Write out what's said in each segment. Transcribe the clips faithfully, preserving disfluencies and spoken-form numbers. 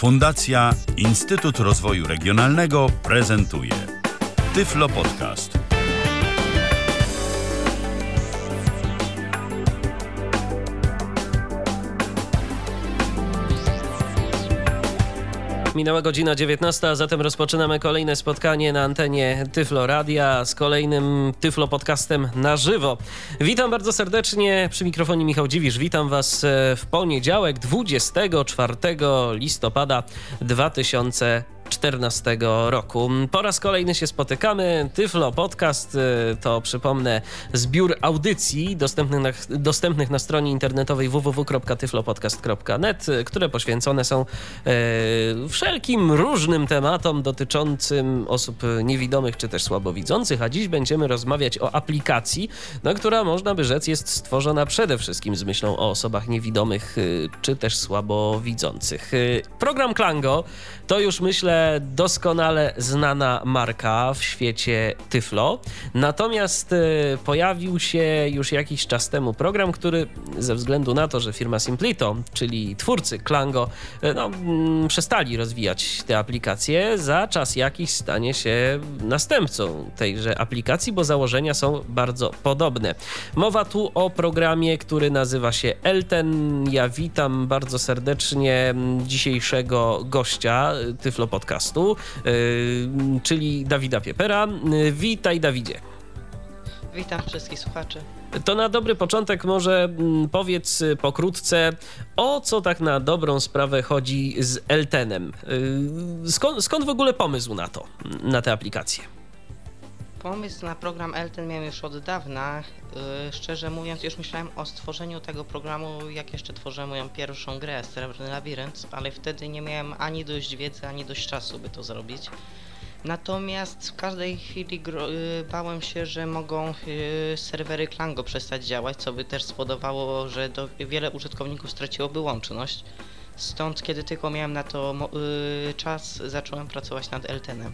Fundacja Instytut Rozwoju Regionalnego prezentuje Tyflo Podcast. Minęła godzina dziewiętnasta, a zatem rozpoczynamy kolejne spotkanie na antenie Tyflo Radia z kolejnym Tyflo Podcastem na żywo. Witam bardzo serdecznie, przy mikrofonie Michał Dziwisz. Witam Was w poniedziałek, dwudziestego czwartego listopada dwa tysiące czternastego roku. Po raz kolejny się spotykamy. Tyflo Podcast to, przypomnę, zbiór audycji dostępnych na, dostępnych na stronie internetowej w w w kropka tyflopodcast kropka net, które poświęcone są e, wszelkim różnym tematom dotyczącym osób niewidomych czy też słabowidzących, a dziś będziemy rozmawiać o aplikacji, no, która, można by rzec, jest stworzona przede wszystkim z myślą o osobach niewidomych czy też słabowidzących. Program Klango to już, myślę, doskonale znana marka w świecie Tyflo. Natomiast y, pojawił się już jakiś czas temu program, który ze względu na to, że firma Simplito, czyli twórcy Klango, y, no, mm, przestali rozwijać te aplikacje, za czas jakiś stanie się następcą tejże aplikacji, bo założenia są bardzo podobne. Mowa tu o programie, który nazywa się Elten. Ja witam bardzo serdecznie dzisiejszego gościa Tyflo Podcastu, yy, czyli Dawida Piepera. Yy, witaj, Dawidzie. Witam wszystkich słuchaczy. To na dobry początek może mm, powiedz pokrótce, o co tak na dobrą sprawę chodzi z Eltenem. Yy, skąd, skąd w ogóle pomysł na to, na tę aplikację? Pomysł na program Elten miałem już od dawna. Yy, szczerze mówiąc, już myślałem o stworzeniu tego programu, jak jeszcze tworzyłem moją pierwszą grę, Srebrny Labirynt, ale wtedy nie miałem ani dość wiedzy, ani dość czasu, by to zrobić. Natomiast w każdej chwili gro- yy, bałem się, że mogą yy, serwery Klango przestać działać, co by też spowodowało, że do, wiele użytkowników straciłoby łączność. Stąd, kiedy tylko miałem na to mo- yy, czas, zacząłem pracować nad Eltenem.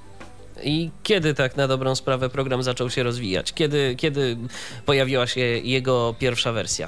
I kiedy tak na dobrą sprawę program zaczął się rozwijać? Kiedy, kiedy pojawiła się jego pierwsza wersja?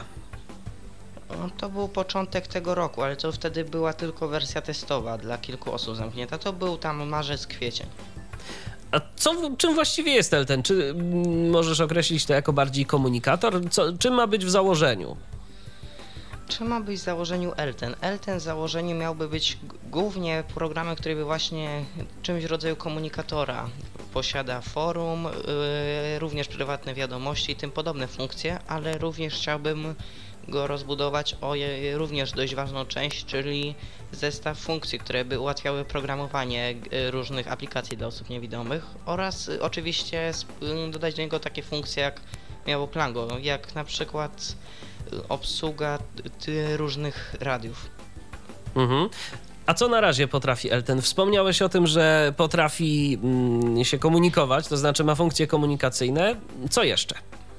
To był początek tego roku, ale to wtedy była tylko wersja testowa dla kilku osób zamknięta. To był tam marzec, kwiecień. A co, czym właściwie jest Elten? Czy mm, możesz określić to jako bardziej komunikator? Co, czym ma być w założeniu? Czym ma być w założeniu Elten? Elten w założeniu miałby być g- głównie programem, który by właśnie czymś w rodzaju komunikatora. Posiada forum, yy, również prywatne wiadomości i tym podobne funkcje, ale również chciałbym go rozbudować o je, również dość ważną część, czyli zestaw funkcji, które by ułatwiały programowanie y, różnych aplikacji dla osób niewidomych oraz y, oczywiście y, dodać do niego takie funkcje, jak miało Klango, jak na przykład y, obsługa y, różnych radiów. Mhm. A co na razie potrafi Elten? Wspomniałeś o tym, że potrafi mm, się komunikować, to znaczy ma funkcje komunikacyjne. Co jeszcze?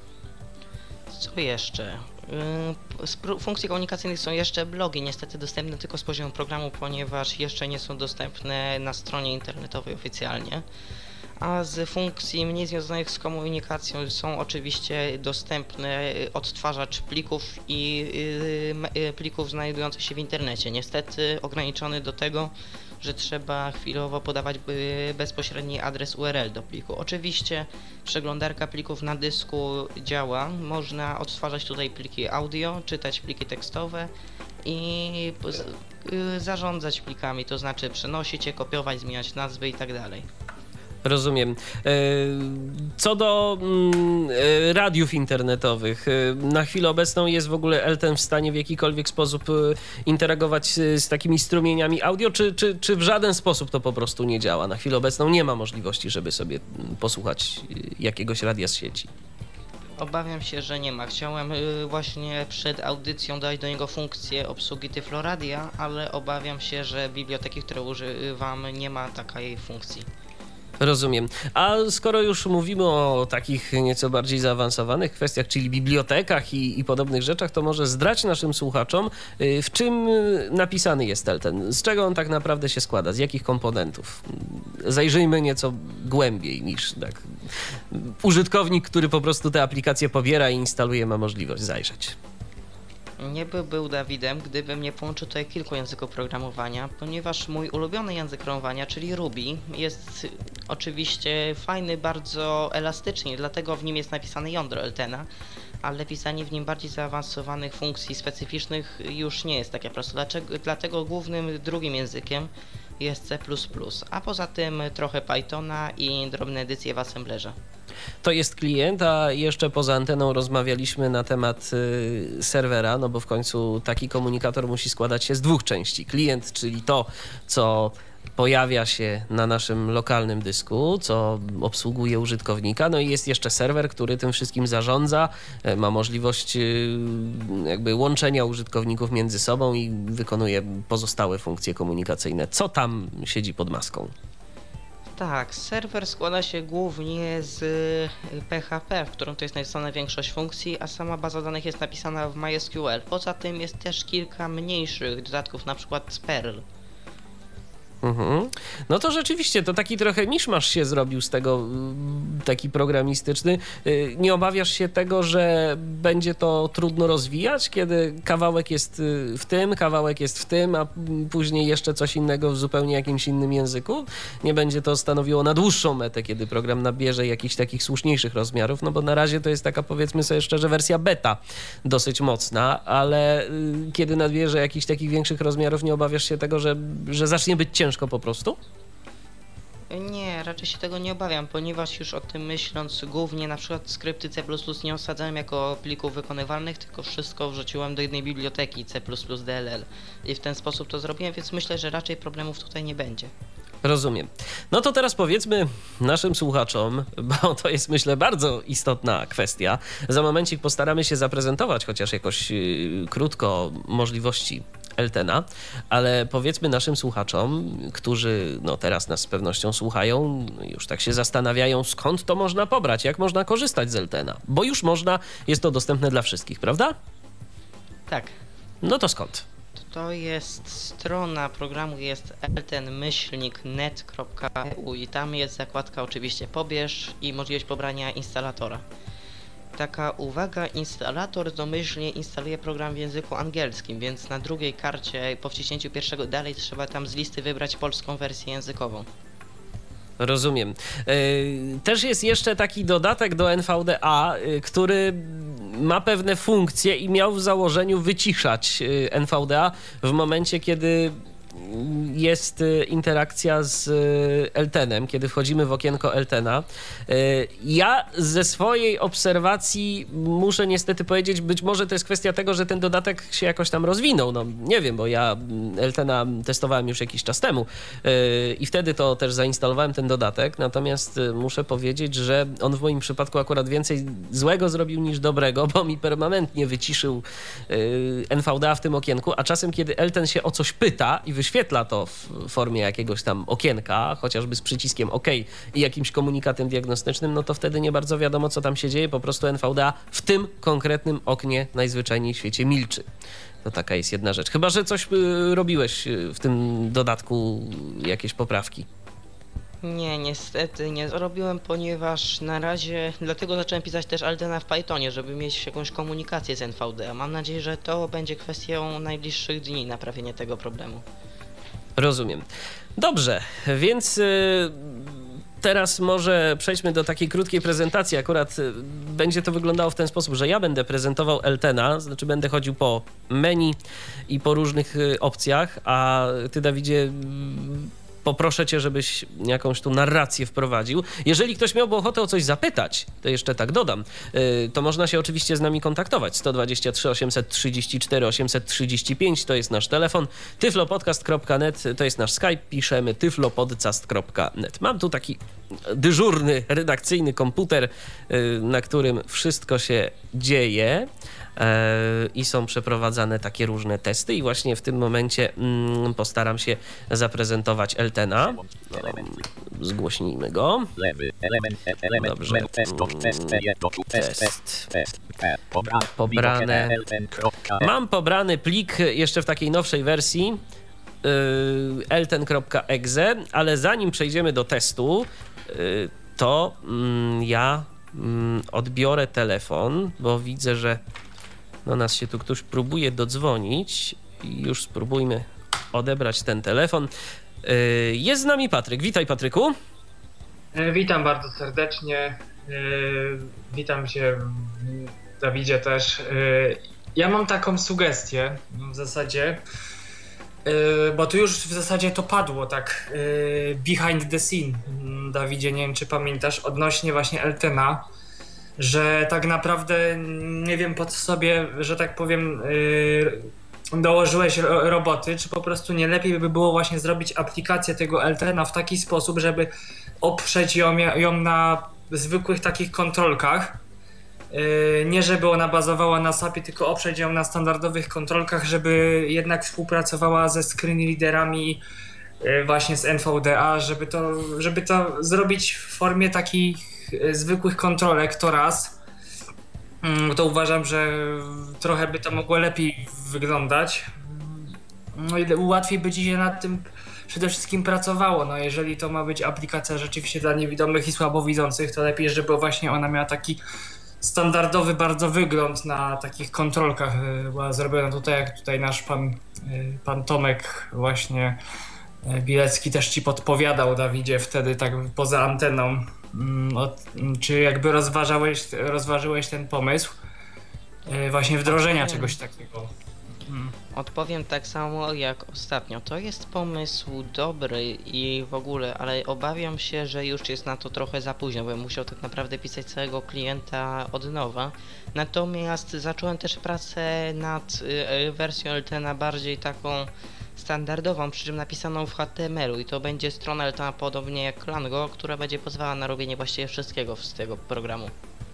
Co jeszcze? Yy, z pr- funkcji komunikacyjnych są jeszcze blogi, niestety dostępne tylko z poziomu programu, ponieważ jeszcze nie są dostępne na stronie internetowej oficjalnie. A z funkcji mniej związanych z komunikacją są oczywiście dostępne odtwarzacz plików i yy, yy, plików znajdujących się w internecie. Niestety ograniczony do tego, że trzeba chwilowo podawać yy, bezpośredni adres U R L do pliku. Oczywiście przeglądarka plików na dysku działa, można odtwarzać tutaj pliki audio, czytać pliki tekstowe i yy, zarządzać plikami, to znaczy przenosić je, kopiować, zmieniać nazwy i tak dalej. Rozumiem. Co do radiów internetowych, na chwilę obecną jest w ogóle Elten w stanie w jakikolwiek sposób interagować z takimi strumieniami audio, czy, czy, czy w żaden sposób to po prostu nie działa? Na chwilę obecną nie ma możliwości, żeby sobie posłuchać jakiegoś radia z sieci. Obawiam się, że nie ma. Chciałem y, właśnie przed audycją dać do niego funkcję obsługi Tyflo Radia, ale obawiam się, że biblioteki, które używam, nie ma takiej funkcji. Rozumiem. A skoro już mówimy o takich nieco bardziej zaawansowanych kwestiach, czyli bibliotekach i, i podobnych rzeczach, to może zdradź naszym słuchaczom, w czym napisany jest Elten? Z czego on tak naprawdę się składa? Z jakich komponentów? Zajrzyjmy nieco głębiej niż tak użytkownik, który po prostu tę aplikację pobiera i instaluje, ma możliwość zajrzeć. Nie byłby Dawidem, gdybym nie połączył tutaj kilku języków programowania, ponieważ mój ulubiony język programowania, czyli Ruby, jest oczywiście fajny, bardzo elastyczny, dlatego w nim jest napisane jądro Eltena, ale pisanie w nim bardziej zaawansowanych funkcji specyficznych już nie jest takie proste. Dlaczego? Dlatego głównym drugim językiem jest C plus plus, a poza tym trochę Pythona i drobne edycje w assemblerze. To jest klient, a jeszcze poza anteną rozmawialiśmy na temat y, serwera, no bo w końcu taki komunikator musi składać się z dwóch części. Klient, czyli to, co pojawia się na naszym lokalnym dysku, co obsługuje użytkownika, no i jest jeszcze serwer, który tym wszystkim zarządza, ma możliwość jakby łączenia użytkowników między sobą i wykonuje pozostałe funkcje komunikacyjne. Co tam siedzi pod maską? Tak, serwer składa się głównie z P H P, w którym to jest napisana większość funkcji, a sama baza danych jest napisana w MySQL. Poza tym jest też kilka mniejszych dodatków, na przykład Perl. Mhm. No to rzeczywiście, to taki trochę miszmasz się zrobił z tego, taki programistyczny. Nie obawiasz się tego, że będzie to trudno rozwijać, kiedy kawałek jest w tym, kawałek jest w tym, a później jeszcze coś innego w zupełnie jakimś innym języku? Nie będzie to stanowiło na dłuższą metę, kiedy program nabierze jakichś takich słuszniejszych rozmiarów, no bo na razie to jest taka, powiedzmy sobie szczerze, wersja beta dosyć mocna, ale kiedy nabierze jakichś takich większych rozmiarów, nie obawiasz się tego, że, że zacznie być ciężko po prostu? Nie, raczej się tego nie obawiam, ponieważ już o tym myśląc głównie na przykład skrypty C plus plus nie osadzałem jako plików wykonywalnych, tylko wszystko wrzuciłem do jednej biblioteki C plus plus D L L i w ten sposób to zrobiłem, więc myślę, że raczej problemów tutaj nie będzie. Rozumiem. No to teraz powiedzmy naszym słuchaczom, bo to jest myślę bardzo istotna kwestia. Za momencik postaramy się zaprezentować chociaż jakoś yy, krótko możliwości Eltena, ale powiedzmy naszym słuchaczom, którzy no teraz nas z pewnością słuchają, już tak się zastanawiają, skąd to można pobrać, jak można korzystać z Eltena, bo już można, jest to dostępne dla wszystkich, prawda? Tak. No to skąd? To jest strona programu, jest elten myślnik net kropka e u i tam jest zakładka oczywiście pobierz i możliwość pobrania instalatora. Taka uwaga, instalator domyślnie instaluje program w języku angielskim, więc na drugiej karcie po wciśnięciu pierwszego dalej trzeba tam z listy wybrać polską wersję językową. Rozumiem. Też jest jeszcze taki dodatek do N V D A, który ma pewne funkcje i miał w założeniu wyciszać N V D A w momencie, kiedy jest interakcja z Eltenem, kiedy wchodzimy w okienko Eltena. Ja ze swojej obserwacji muszę niestety powiedzieć, być może to jest kwestia tego, że ten dodatek się jakoś tam rozwinął. No nie wiem, bo ja Eltena testowałem już jakiś czas temu i wtedy to też zainstalowałem ten dodatek, natomiast muszę powiedzieć, że on w moim przypadku akurat więcej złego zrobił niż dobrego, bo mi permanentnie wyciszył N V D A w tym okienku, a czasem kiedy Elten się o coś pyta i wyświetla to w formie jakiegoś tam okienka, chociażby z przyciskiem OK i jakimś komunikatem diagnostycznym, no to wtedy nie bardzo wiadomo, co tam się dzieje, po prostu N V D A w tym konkretnym oknie najzwyczajniej w świecie milczy. To taka jest jedna rzecz. Chyba że coś robiłeś w tym dodatku, jakieś poprawki. Nie, niestety nie zrobiłem, ponieważ na razie, dlatego zacząłem pisać też Eltena w Pythonie, żeby mieć jakąś komunikację z N V D A. Mam nadzieję, że to będzie kwestią najbliższych dni, naprawienie tego problemu. Rozumiem. Dobrze, więc y, teraz może przejdźmy do takiej krótkiej prezentacji. Akurat y, będzie to wyglądało w ten sposób, że ja będę prezentował Eltena, znaczy będę chodził po menu i po różnych y, opcjach, a ty, Dawidzie, y, poproszę cię, żebyś jakąś tu narrację wprowadził. Jeżeli ktoś miałby ochotę o coś zapytać, to jeszcze tak dodam, to można się oczywiście z nami kontaktować. sto dwadzieścia trzy osiemset trzydzieści cztery osiemset trzydzieści pięć to jest nasz telefon. tyflopodcast kropka net to jest nasz Skype. Piszemy tyflopodcast kropka net. Mam tu taki dyżurny, redakcyjny komputer, na którym wszystko się dzieje i są przeprowadzane takie różne testy i właśnie w tym momencie mm, postaram się zaprezentować Eltena. Zgłośnijmy go. Dobrze. Test. Pobrane. Mam pobrany plik jeszcze w takiej nowszej wersji elten kropka exe, ale zanim przejdziemy do testu, to mm, ja mm, odbiorę telefon, bo widzę, że Do nas się tu ktoś próbuje dodzwonić. Już spróbujmy odebrać ten telefon. Jest z nami Patryk. Witaj, Patryku. Witam bardzo serdecznie. Witam cię, Dawidzie, też. Ja mam taką sugestię w zasadzie, bo tu już w zasadzie to padło tak behind the scene, Dawidzie, nie wiem czy pamiętasz, odnośnie właśnie Eltena, że tak naprawdę nie wiem po co sobie, że tak powiem, dołożyłeś roboty, czy po prostu nie lepiej by było właśnie zrobić aplikację tego Eltena w taki sposób, żeby oprzeć ją, ją na zwykłych takich kontrolkach, nie żeby ona bazowała na sapie, tylko oprzeć ją na standardowych kontrolkach, żeby jednak współpracowała ze screen readerami właśnie z N V D A, żeby to, żeby to zrobić w formie takich zwykłych kontrolek, to raz. To uważam, że trochę by to mogło lepiej wyglądać. No i łatwiej by ci się nad tym przede wszystkim pracowało. No jeżeli to ma być aplikacja rzeczywiście dla niewidomych i słabowidzących, to lepiej, żeby właśnie ona miała taki standardowy bardzo wygląd na takich kontrolkach. Była zrobiona tutaj, jak tutaj nasz pan, pan Tomek właśnie Bilecki też ci podpowiadał, Dawidzie, wtedy tak poza anteną. Czy jakby rozważałeś, rozważyłeś ten pomysł właśnie wdrożenia Odpowiem. czegoś takiego? Hmm. Odpowiem tak samo jak ostatnio. To jest pomysł dobry i w ogóle, ale obawiam się, że już jest na to trochę za późno, bym musiał tak naprawdę pisać całego klienta od nowa. Natomiast zacząłem też pracę nad y, wersją Eltena bardziej taką standardową, przy czym napisaną w H T M L u i to będzie strona Eltena podobnie jak Klango, która będzie pozwalała na robienie właściwie wszystkiego z tego programu.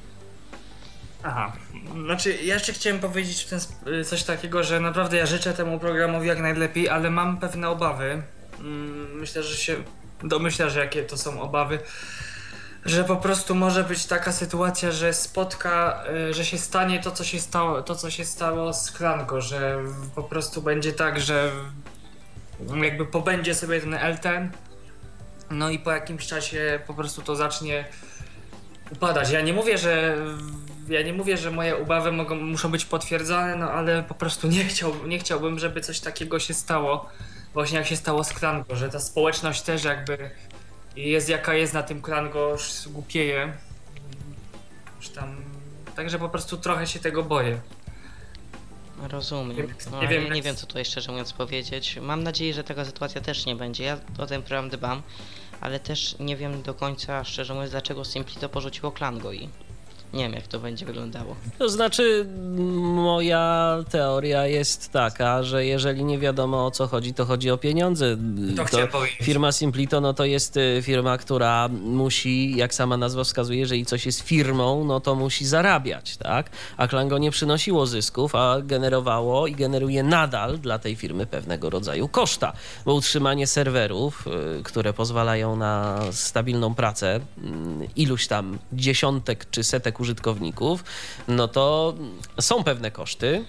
Aha, znaczy ja jeszcze chciałem powiedzieć w ten coś takiego, że naprawdę ja życzę temu programowi jak najlepiej, ale mam pewne obawy. Myślę, że się domyślasz, że jakie to są obawy, że po prostu może być taka sytuacja, że spotka, że się stanie to, co się stało, to, co się stało z Klango, że po prostu będzie tak, że jakby pobędzie sobie ten Elten, no i po jakimś czasie po prostu to zacznie upadać. Ja nie mówię, że ja nie mówię, że moje obawy mogą, muszą być potwierdzone, no ale po prostu nie, chciał, nie chciałbym, żeby coś takiego się stało, właśnie jak się stało z Klango, że ta społeczność też jakby jest jaka jest na tym Klango, już głupieje. Już tam, także po prostu trochę się tego boję. Rozumiem. No, nie, wiem, ja nie wiem co tutaj szczerze mówiąc powiedzieć. Mam nadzieję, że taka sytuacja też nie będzie. Ja o ten program dbam, ale też nie wiem do końca szczerze mówiąc dlaczego Simply to porzuciło Klango i nie wiem jak to będzie wyglądało. To znaczy moja teoria jest taka, że jeżeli nie wiadomo o co chodzi, to chodzi o pieniądze. To, to firma Simplito no to jest firma, która musi, jak sama nazwa wskazuje, jeżeli coś jest firmą, no to musi zarabiać, tak? A Klango nie przynosiło zysków, a generowało i generuje nadal dla tej firmy pewnego rodzaju koszta, bo utrzymanie serwerów, które pozwalają na stabilną pracę iluś tam dziesiątek czy setek użytkowników, no to są pewne koszty.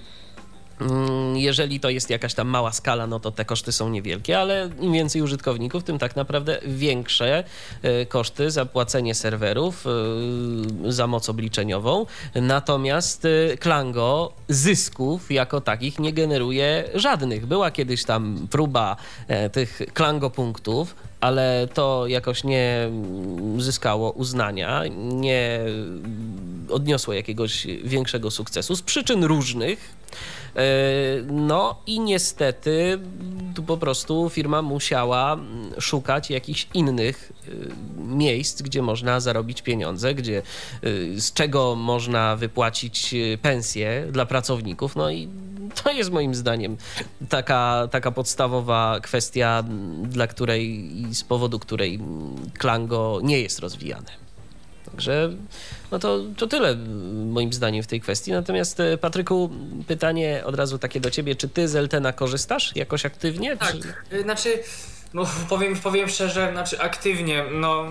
Jeżeli to jest jakaś tam mała skala, no to te koszty są niewielkie, ale im więcej użytkowników, tym tak naprawdę większe koszty za płacenie serwerów, za moc obliczeniową. Natomiast Klango zysków jako takich nie generuje żadnych. Była kiedyś tam próba tych Klango punktów, ale to jakoś nie zyskało uznania, nie odniosło jakiegoś większego sukcesu z przyczyn różnych. No i niestety tu po prostu firma musiała szukać jakichś innych miejsc, gdzie można zarobić pieniądze, gdzie, z czego można wypłacić pensje dla pracowników. No i to jest moim zdaniem taka, taka podstawowa kwestia, dla której i z powodu której Klango nie jest rozwijane. Także no to, to tyle moim zdaniem w tej kwestii. Natomiast Patryku, pytanie od razu takie do ciebie. Czy ty z Eltena korzystasz jakoś aktywnie? Tak, czy... znaczy no powiem, powiem szczerze, znaczy aktywnie, no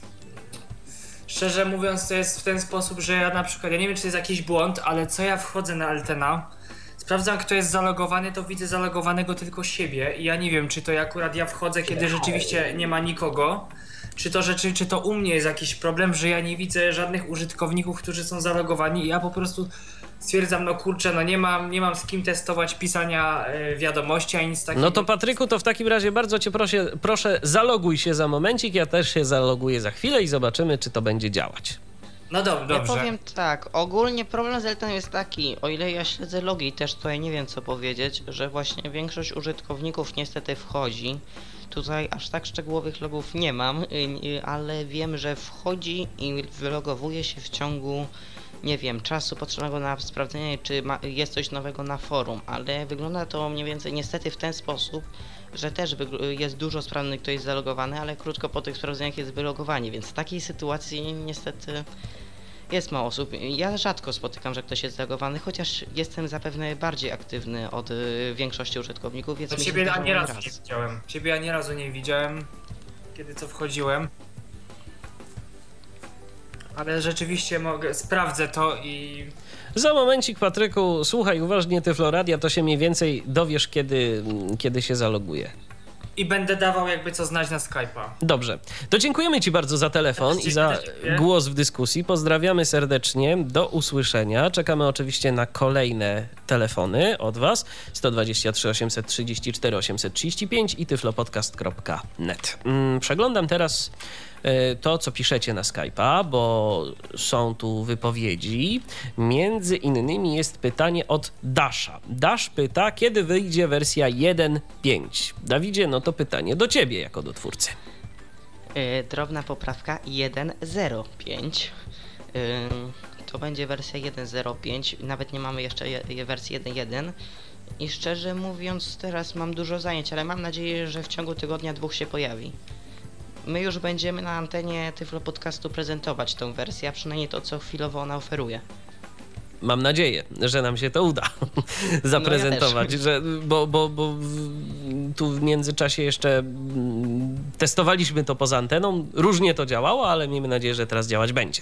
szczerze mówiąc to jest w ten sposób, że ja na przykład, ja nie wiem czy to jest jakiś błąd, ale co ja wchodzę na Eltena, sprawdzam kto jest zalogowany, to widzę zalogowanego tylko siebie i ja nie wiem czy to akurat ja wchodzę, kiedy rzeczywiście nie ma nikogo. Czy to rzeczy, czy to u mnie jest jakiś problem, że ja nie widzę żadnych użytkowników, którzy są zalogowani i ja po prostu stwierdzam, no kurczę, no nie mam, nie mam z kim testować pisania y, wiadomości, ani nic takiego. No to Patryku, to w takim razie bardzo cię proszę, proszę zaloguj się za momencik, ja też się zaloguję za chwilę i zobaczymy, czy to będzie działać. No dob- dobrze. Ja powiem tak, ogólnie problem z Eltenem jest taki, o ile ja śledzę logi, też tutaj nie wiem co powiedzieć, że właśnie większość użytkowników niestety wchodzi. Tutaj aż tak szczegółowych logów nie mam, ale wiem, że wchodzi i wylogowuje się w ciągu, nie wiem, czasu potrzebnego na sprawdzenie, czy ma, jest coś nowego na forum, ale wygląda to mniej więcej niestety w ten sposób, że też jest dużo sprawnych, kto jest zalogowany, ale krótko po tych sprawdzeniach jest wylogowanie, więc w takiej sytuacji niestety jest mało osób. Ja rzadko spotykam, że ktoś jest zalogowany, chociaż jestem zapewne bardziej aktywny od y, większości użytkowników, więc No mi się ciebie zdarzało ani razu raz. nie widziałem. Ciebie ani razu nie widziałem, kiedy co wchodziłem. Ale rzeczywiście mogę, sprawdzę to i... Za momencik, Patryku, słuchaj uważnie Tyfloradia, to się mniej więcej dowiesz, kiedy, kiedy się zaloguje. I będę dawał jakby co znać na Skype'a. Dobrze, to dziękujemy ci bardzo za telefon Też i za dziękuję. głos w dyskusji. Pozdrawiamy serdecznie, do usłyszenia. Czekamy oczywiście na kolejne telefony od was. sto dwadzieścia trzy osiemset trzydzieści cztery osiemset trzydzieści pięć i tyflopodcast kropka net. Mm, przeglądam teraz y, to, co piszecie na Skype'a, bo są tu wypowiedzi. Między innymi jest pytanie od Dasha. Dash pyta, kiedy wyjdzie wersja jeden pięć. Dawidzie, no to pytanie do ciebie jako do twórcy. Yy, drobna poprawka jeden zero pięć. Yy, to będzie wersja jeden zero pięć, nawet nie mamy jeszcze je, je wersji jeden jeden. I szczerze mówiąc, teraz mam dużo zajęć, ale mam nadzieję, że w ciągu tygodnia dwóch się pojawi. My już będziemy na antenie Tyflo Podcastu prezentować tą wersję, a przynajmniej to, co chwilowo ona oferuje. Mam nadzieję, że nam się to uda zaprezentować, No ja że, bo, bo, bo tu w międzyczasie jeszcze mm, testowaliśmy to poza anteną. Różnie to działało, ale miejmy nadzieję, że teraz działać będzie.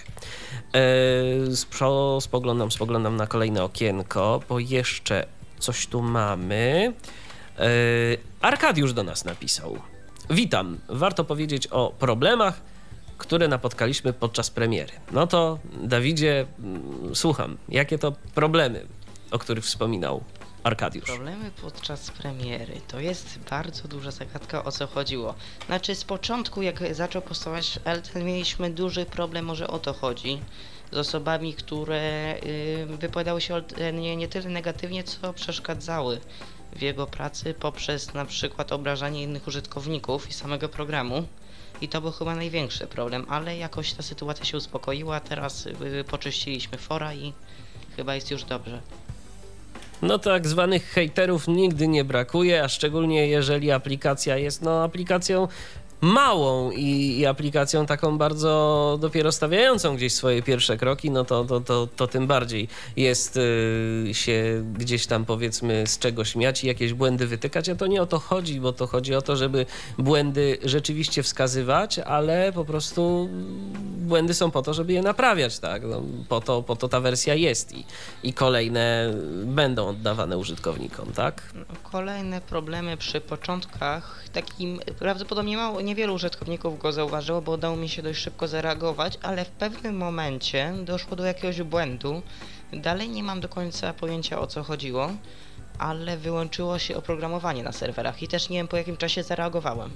E, spro, spoglądam, spoglądam na kolejne okienko, bo jeszcze coś tu mamy. E, Arkadiusz do nas napisał. Witam, warto powiedzieć o problemach, które napotkaliśmy podczas premiery. No to Dawidzie, mm, słucham, jakie to problemy, o których wspominał Arkadiusz? Problemy podczas premiery. To jest bardzo duża zagadka, o co chodziło. Znaczy z początku, jak zaczął powstawać Elten, mieliśmy duży problem, może o to chodzi, z osobami, które y, wypowiadały się o Eltenie nie tyle negatywnie, co przeszkadzały w jego pracy poprzez na przykład obrażanie innych użytkowników i samego programu. I to był chyba największy problem, ale jakoś ta sytuacja się uspokoiła, teraz y, poczyściliśmy fora i chyba jest już dobrze. No tak zwanych hejterów nigdy nie brakuje, a szczególnie jeżeli aplikacja jest no aplikacją małą i, i aplikacją taką bardzo dopiero stawiającą gdzieś swoje pierwsze kroki, no to, to, to, to tym bardziej jest y, się gdzieś tam powiedzmy z czego śmiać i jakieś błędy wytykać, a to nie o to chodzi, bo to chodzi o to, żeby błędy rzeczywiście wskazywać, ale po prostu błędy są po to, żeby je naprawiać, tak? No, po to, po to ta wersja jest i, i kolejne będą oddawane użytkownikom, tak? No, kolejne problemy przy początkach, takim prawdopodobnie mało, niewielu użytkowników go zauważyło, bo udało mi się dość szybko zareagować, ale w pewnym momencie doszło do jakiegoś błędu. Dalej nie mam do końca pojęcia, o co chodziło, ale wyłączyło się oprogramowanie na serwerach i też nie wiem, po jakim czasie zareagowałem.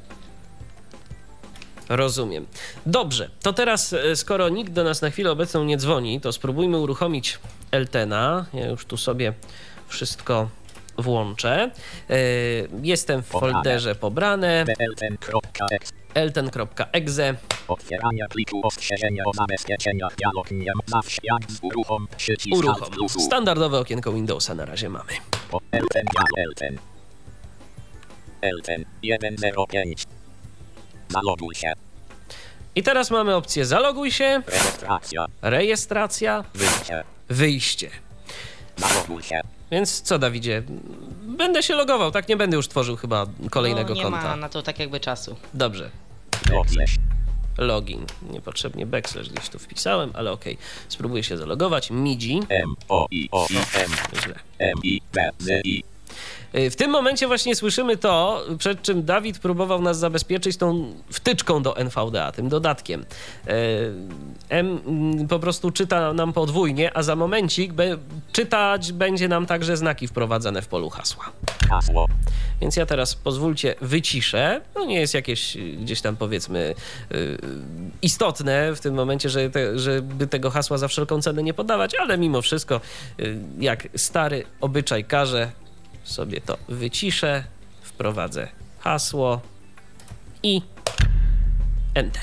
Rozumiem. Dobrze, to teraz, skoro nikt do nas na chwilę obecną nie dzwoni, to spróbujmy uruchomić Eltena. Ja już tu sobie wszystko włączę. Jestem w folderze pobrane. elten kropka e x e. Otwieranie pliku ostrzeżenie o zabezpieczeniach dialog nie zawsze jak z uruchom przycisk Uruchom. Alt plus U. Standardowe okienko Windowsa na razie mamy. Po Elten dial Elten. Elten jeden zero pięć. Zaloguj się. I teraz mamy opcję zaloguj się, Rejestracja. rejestracja, Wyjście. wyjście. Zaloguj się. Więc co, Dawidzie? Będę się logował, tak? Nie będę już tworzył chyba kolejnego no, nie konta. ma na to tak jakby czasu. Dobrze. Backslash. Login. Niepotrzebnie backslash gdzieś tu wpisałem, ale okej. Okay. Spróbuję się zalogować. Midzi. M O I O I M. Źle. M I B Z I. W tym momencie właśnie słyszymy to, przed czym Dawid próbował nas zabezpieczyć tą wtyczką do N V D A, tym dodatkiem. M po prostu czyta nam podwójnie, a za momencik be, czytać będzie nam także znaki wprowadzane w polu hasła. Hasło. Więc ja teraz pozwólcie wyciszę. No nie jest jakieś gdzieś tam powiedzmy yy, istotne w tym momencie, że te, żeby tego hasła za wszelką cenę nie podawać, ale mimo wszystko yy, jak stary obyczaj każe, sobie to wyciszę, wprowadzę hasło i Enter.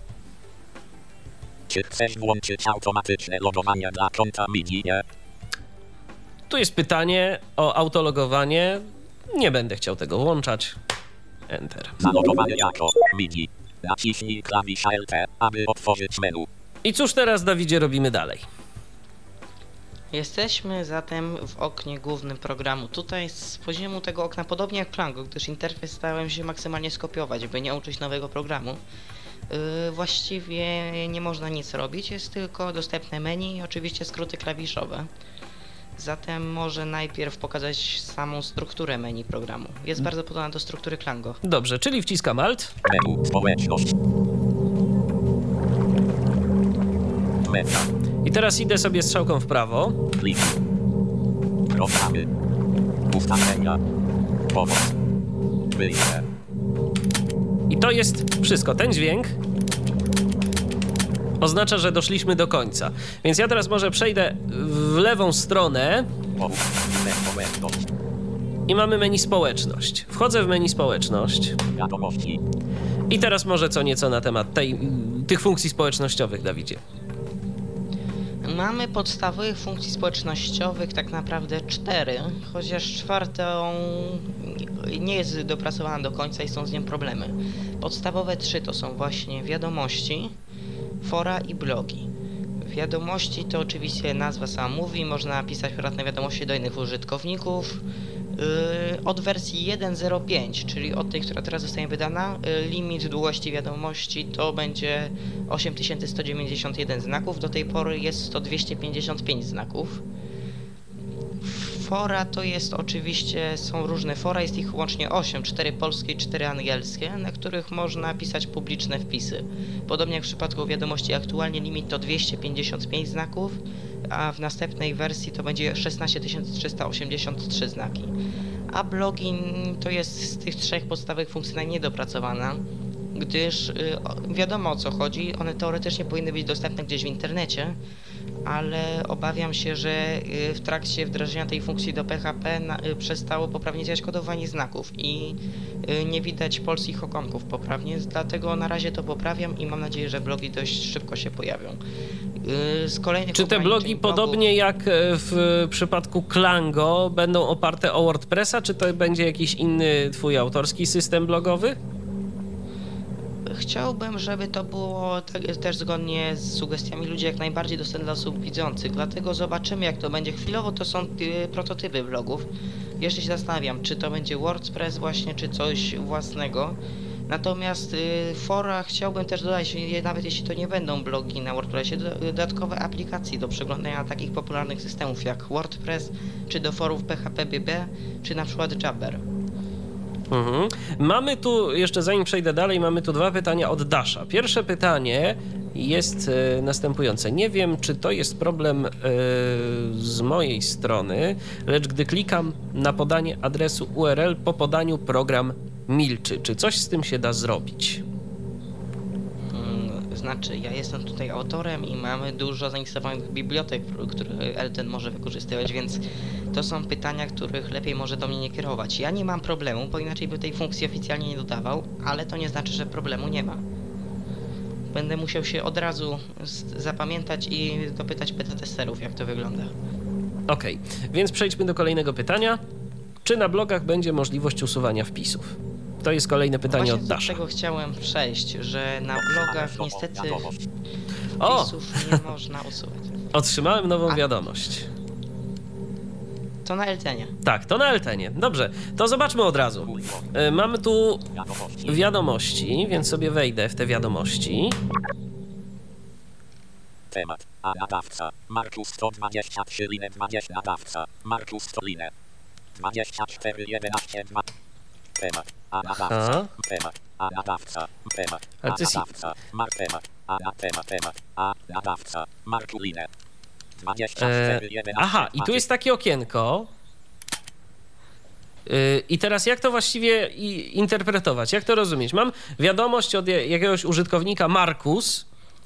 Czy chcesz włączyć automatyczne logowanie dla konta MIDI? Nie? Tu jest pytanie o autologowanie. Nie będę chciał tego włączać. Enter. Zalogowanie jako MIDI. Naciśnij klawisz L T, aby otworzyć menu. I cóż teraz, Dawidzie, robimy dalej? Jesteśmy zatem w oknie głównym programu. Tutaj z poziomu tego okna, podobnie jak w Klango, gdyż interfejs starałem się maksymalnie skopiować, by nie uczyć nowego programu. Yy, właściwie nie można nic robić, jest tylko dostępne menu i oczywiście skróty klawiszowe. Zatem może najpierw pokazać samą strukturę menu programu. Jest bardzo podobna do struktury Klango. Dobrze, czyli wciskam Alt. Menu społeczność. Menu. I teraz idę sobie strzałką w prawo. Plik. Programy. Ustawienia. Pomoc. Wyjście. I to jest wszystko. Ten dźwięk oznacza, że doszliśmy do końca. Więc ja teraz może przejdę w lewą stronę i mamy menu społeczność. Wchodzę w menu społeczność. Wiadomości. I teraz może co nieco na temat tej, tych funkcji społecznościowych, Dawidzie. Mamy podstawowych funkcji społecznościowych tak naprawdę cztery, chociaż czwartą nie jest dopracowana do końca i są z nią problemy. Podstawowe trzy to są właśnie wiadomości, fora i blogi. Wiadomości to oczywiście nazwa sama mówi, można pisać prywatne wiadomości do innych użytkowników. Yy, od wersji jeden zero pięć, czyli od tej, która teraz zostanie wydana, yy, limit długości wiadomości to będzie osiem tysięcy sto dziewięćdziesiąt jeden znaków, do tej pory jest to dwieście pięćdziesiąt pięć znaków. Fora to jest oczywiście, są różne fora, jest ich łącznie osiem, cztery polskie i cztery angielskie, na których można pisać publiczne wpisy. Podobnie jak w przypadku wiadomości, aktualnie limit to dwieście pięćdziesiąt pięć znaków, a w następnej wersji to będzie szesnaście tysięcy trzysta osiemdziesiąt trzy znaki. A blogi to jest z tych trzech podstawowych funkcji najniedopracowana, gdyż y, wiadomo o co chodzi, one teoretycznie powinny być dostępne gdzieś w internecie, ale obawiam się, że y, w trakcie wdrażania tej funkcji do P H P na, y, przestało poprawnie działać kodowanie znaków i y, nie widać polskich okonków poprawnie, dlatego na razie to poprawiam i mam nadzieję, że blogi dość szybko się pojawią. Y, z kolejnych Czy te blogi blogów, podobnie jak w przypadku Klango będą oparte o WordPressa, czy to będzie jakiś inny twój autorski system blogowy? Chciałbym, żeby to było te, też zgodnie z sugestiami ludzi jak najbardziej dostępne dla osób widzących, dlatego zobaczymy jak to będzie. Chwilowo to są y, prototypy blogów. Jeszcze się zastanawiam, czy to będzie WordPress właśnie, czy coś własnego. Natomiast y, fora chciałbym też dodać, je, nawet jeśli to nie będą blogi na WordPressie, do, dodatkowe aplikacje do przeglądania takich popularnych systemów jak WordPress, czy do forów P H P B B, czy na przykład Jabber. Mhm. Mamy tu, jeszcze zanim przejdę dalej, mamy tu dwa pytania od Dasha. Pierwsze pytanie jest e, następujące. Nie wiem, czy to jest problem e, z mojej strony, lecz gdy klikam na podanie adresu U R L po podaniu, program milczy. Czy coś z tym się da zrobić? Hmm, znaczy, ja jestem tutaj autorem i mamy dużo zainstalowanych bibliotek, które Elten może wykorzystywać, więc to są pytania, których lepiej może do mnie nie kierować. Ja nie mam problemu, bo inaczej by tej funkcji oficjalnie nie dodawał, ale to nie znaczy, że problemu nie ma. Będę musiał się od razu zapamiętać i dopytać beta testerów, jak to wygląda. Okej, okay. Więc przejdźmy do kolejnego pytania. Czy na blogach będzie możliwość usuwania wpisów? To jest kolejne pytanie Właśnie od Dasha. do tego chciałem przejść, że na blogach niestety O! wpisów nie można usuwać. Otrzymałem nową A. wiadomość. To na Eltenie. Tak, to na Eltenie. Dobrze, to zobaczmy od razu. E, mamy tu wiadomości, więc sobie wejdę w te wiadomości. Temat. A nadawca. Marcus sto dwadzieścia trzy linę dwadzieścia nadawca. Marcus sto linę. dwadzieścia cztery jedenaście dwa. Temat. A Aha. nadawca. Temat. A nadawca. Temat. A Ale to jest- nadawca. Mar temat. A na temat. Temat. A nadawca. Marczulinę. dwadzieścia E, cztery jedenaście. aha, i tu jest takie okienko. Yy, I teraz jak to właściwie i, interpretować? Jak to rozumieć? Mam wiadomość od je- jakiegoś użytkownika Markus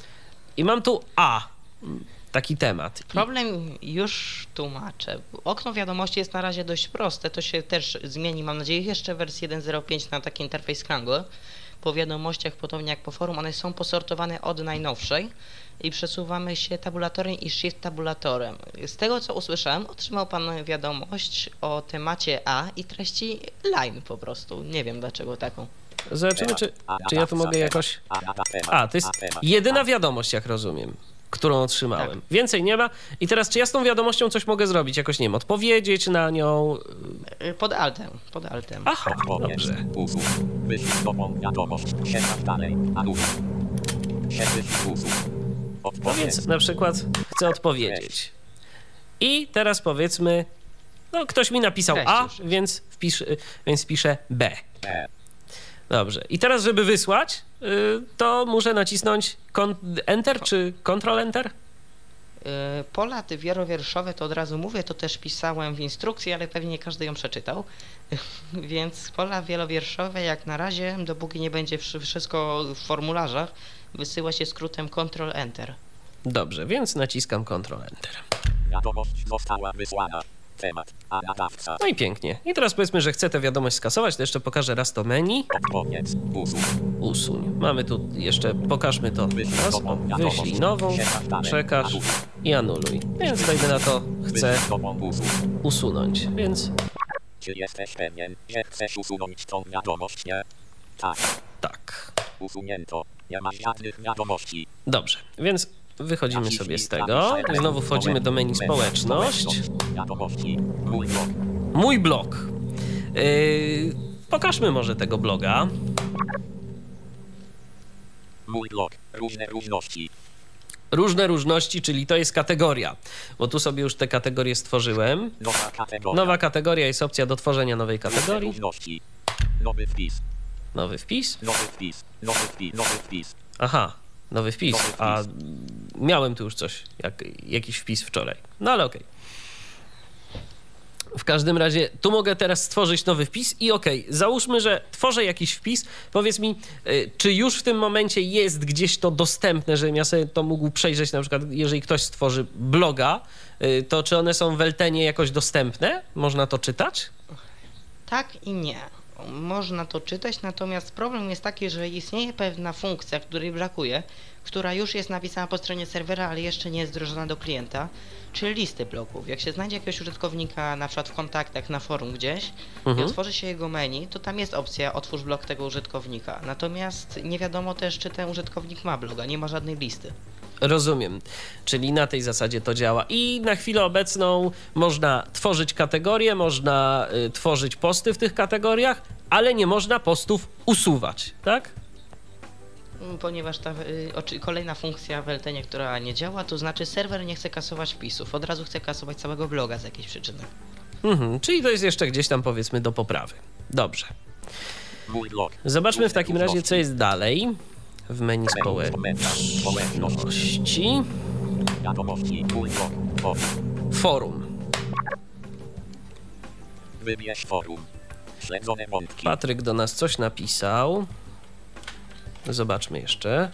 i mam tu A, taki temat. I, Problem już tłumaczę. Okno wiadomości jest na razie dość proste, to się też zmieni, mam nadzieję, jeszcze w wersji jeden zero pięć na taki interfejs Kangol. Po wiadomościach, podobnie jak po forum, one są posortowane od najnowszej i przesuwamy się tabulatorem i shift tabulatorem. Z tego, co usłyszałem, otrzymał pan wiadomość o temacie A i treści line po prostu. Nie wiem dlaczego taką. zobaczymy, czy, czy ja tu mogę jakoś... A nada temat. A, to jest A temat. jedyna wiadomość, jak rozumiem, którą otrzymałem. Tak. Więcej nie ma. I teraz, czy ja z tą wiadomością coś mogę zrobić? Jakoś, nie wiem, odpowiedzieć na nią? Y, Pod altem, pod altem. Aha, Odpowiedź. dobrze. Usuń. Wyślij nową wiadomość. Sięgać dalej. Anuluj. Się wyślij usuń. No Odpowiedź. więc na przykład chcę odpowiedzieć. I teraz powiedzmy, no ktoś mi napisał Cześć A, już. więc, wpisz, więc piszę B. E. Dobrze. I teraz, żeby wysłać, y, to muszę nacisnąć kon- Enter czy Control Enter? Y, Pola te wielowierszowe to od razu mówię, to też pisałem w instrukcji, ale pewnie nie każdy ją przeczytał. Więc pola wielowierszowe jak na razie, dopóki nie będzie wszy- wszystko w formularzach, wysyła się skrótem Control Enter. Dobrze, więc naciskam Control Enter. Wiadomość została wysłana. Temat. A nadawca. No i pięknie. I teraz powiedzmy, że chcę tę wiadomość skasować, to jeszcze pokażę raz to menu. Odpowiedź. Usuń. Usuń. Mamy tu jeszcze, pokażmy to Wyślij raz. O, nową wiadomość. wyślij nową, Sięgać dalej. przekaż Anuluj. i anuluj. Więc dajmy na to, chcę Wyślij nową usuń. usunąć, więc Czy jesteś pewien, że chcesz usunąć tą wiadomość? Nie? Tak. tak. Usunięto. Nie ma żadnych wiadomości. Dobrze, więc wychodzimy Naciśnij sobie z klawisz tego. Enter. Znowu wchodzimy do menu społeczność. Wiadomości. Mój blog. Mój blog. Yy, pokażmy może tego bloga. Mój blog. Różne różności. Różne różności, czyli to jest kategoria, bo tu sobie już te kategorie stworzyłem. Nowa kategoria. Nowa kategoria jest opcja do tworzenia nowej Różne kategorii. różności. Nowy wpis. Nowy wpis. Nowy wpis. Nowy wpis. Nowy wpis. Aha, nowy wpis. Nowy wpis. A miałem tu już coś, jak, jakiś wpis wczoraj. No ale okej. W każdym razie tu mogę teraz stworzyć nowy wpis i okej, załóżmy, że tworzę jakiś wpis. Powiedz mi, y, czy już w tym momencie jest gdzieś to dostępne, żebym ja sobie to mógł przejrzeć, na przykład jeżeli ktoś stworzy bloga, y, to czy one są w Eltenie jakoś dostępne? Można to czytać? Tak i nie. Można to czytać, natomiast problem jest taki, że istnieje pewna funkcja, której brakuje, która już jest napisana po stronie serwera, ale jeszcze nie jest wdrożona do klienta, czyli listy bloków. Jak się znajdzie jakiegoś użytkownika, na przykład w kontaktach, na forum gdzieś, i Mhm. otworzy się jego menu, to tam jest opcja otwórz blog tego użytkownika. Natomiast nie wiadomo też, czy ten użytkownik ma bloga, nie ma żadnej listy. Rozumiem. Czyli na tej zasadzie to działa. I na chwilę obecną można tworzyć kategorie, można y, tworzyć posty w tych kategoriach, ale nie można postów usuwać, tak? Ponieważ ta y, oczy, kolejna funkcja w Eltenie, która nie działa, to znaczy serwer nie chce kasować wpisów, od razu chce kasować całego bloga z jakiejś przyczyny. Mhm, czyli to jest jeszcze gdzieś tam powiedzmy do poprawy. Dobrze. Mój blog. Zobaczmy w Różne takim razie, co różności. jest dalej w menu Społeczność. społeczności. Wiadomości. Mój blog. O. Forum. Wybierz forum. Śledzone wątki. Patryk do nas coś napisał. Zobaczmy jeszcze.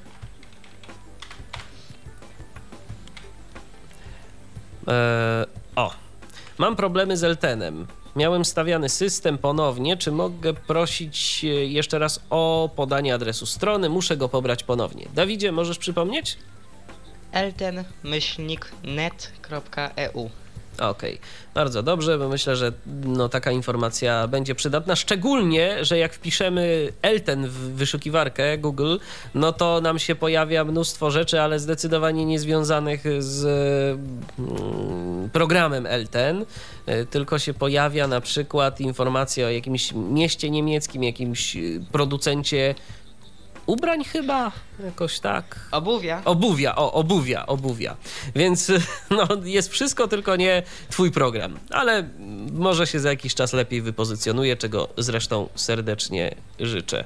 Eee, o, mam problemy z Eltenem. Miałem stawiany system ponownie. Czy mogę prosić e, jeszcze raz o podanie adresu strony? Muszę go pobrać ponownie. Dawidzie, możesz przypomnieć? elten myślnik net kropka e u. Okej, bardzo dobrze, bo myślę, że no, taka informacja będzie przydatna, szczególnie, że jak wpiszemy Elten w wyszukiwarkę Google, no to nam się pojawia mnóstwo rzeczy, ale zdecydowanie niezwiązanych z mm, programem Elten, y, tylko się pojawia na przykład informacja o jakimś mieście niemieckim, jakimś y, producencie ubrań chyba, jakoś tak. Obuwia. Obuwia, o, obuwia, obuwia. Więc no, jest wszystko, tylko nie twój program. Ale może się za jakiś czas lepiej wypozycjonuje, czego zresztą serdecznie życzę.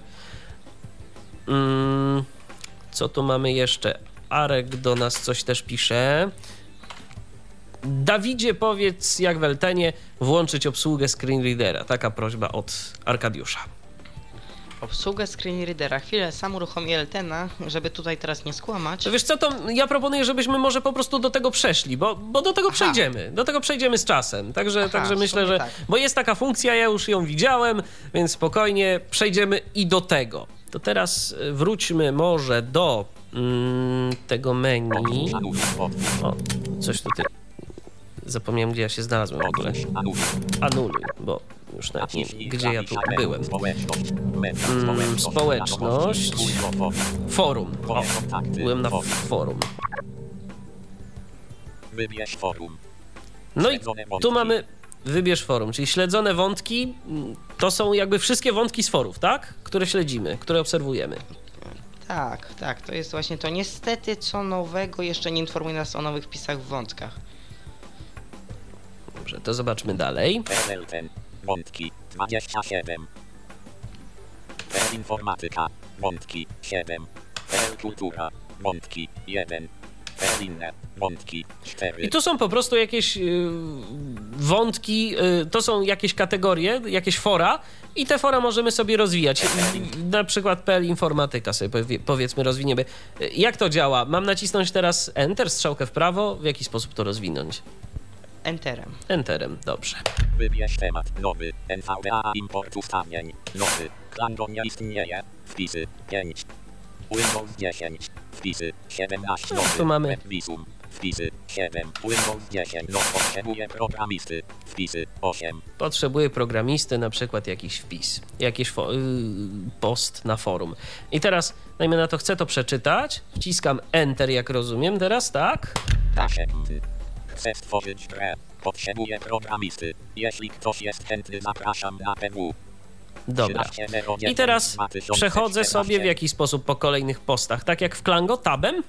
Hmm, co tu mamy jeszcze? Arek do nas coś też pisze. Dawidzie, powiedz jak w Eltenie włączyć obsługę screenreadera. Taka prośba od Arkadiusza. Obsługę screenreadera. Chwilę, sam uruchomię Eltena, żeby tutaj teraz nie skłamać. To wiesz co, to ja proponuję, żebyśmy może po prostu do tego przeszli, bo, bo do tego Aha. przejdziemy. Do tego przejdziemy z czasem. Także, Aha, także w myślę, sumie że... tak. Bo jest taka funkcja, ja już ją widziałem, więc spokojnie przejdziemy i do tego. To teraz wróćmy może do mm, tego menu. O, coś tutaj... Zapomniałem, gdzie ja się znalazłem w ogóle. Anuluj, bo już nawet nie wiem, gdzie ja tu byłem. Mm, społeczność. Forum. O, byłem na forum. Wybierz forum. No i tu mamy wybierz forum, czyli śledzone wątki. To są jakby wszystkie wątki z forów, tak? Które śledzimy, które obserwujemy. Tak, tak, to jest właśnie to. Niestety, co nowego jeszcze nie informuje nas o nowych wpisach w wątkach. Dobrze, to zobaczmy dalej. P L ten. Wątki dwadzieścia siedem. P L informatyka. Wątki siedem. P L kultura. Wątki jeden. P L inne. Wątki cztery. I tu są po prostu jakieś y, wątki, y, to są jakieś kategorie, jakieś fora i te fora możemy sobie rozwijać. Na przykład P L informatyka sobie powie, powiedzmy rozwiniemy. Jak to działa? Mam nacisnąć teraz Enter, strzałkę w prawo? W jaki sposób to rozwinąć? Enterem. Enterem, dobrze. Wybierz temat nowy. N V D A import ustawień. Nowy. Klango nie istnieje. Wpisy pięć. Windows dziesięć. Wpisy siedemnaście. Nowy. tu mamy- Webvisum. Wpisy siedem. Windows dziesięć. No potrzebuje programisty. Wpisy osiem. Potrzebuję programisty, na przykład jakiś wpis, jakiś fo- y, post na forum. I teraz, dajmy na to, chcę to przeczytać, wciskam Enter, jak rozumiem teraz, tak? Następny. Chcę stworzyć grę. Potrzebuję programisty. Jeśli ktoś jest chętny, zapraszam na P W. Dobra. I teraz przechodzę sobie w jakiś sposób po kolejnych postach, tak jak w Klango, tabem?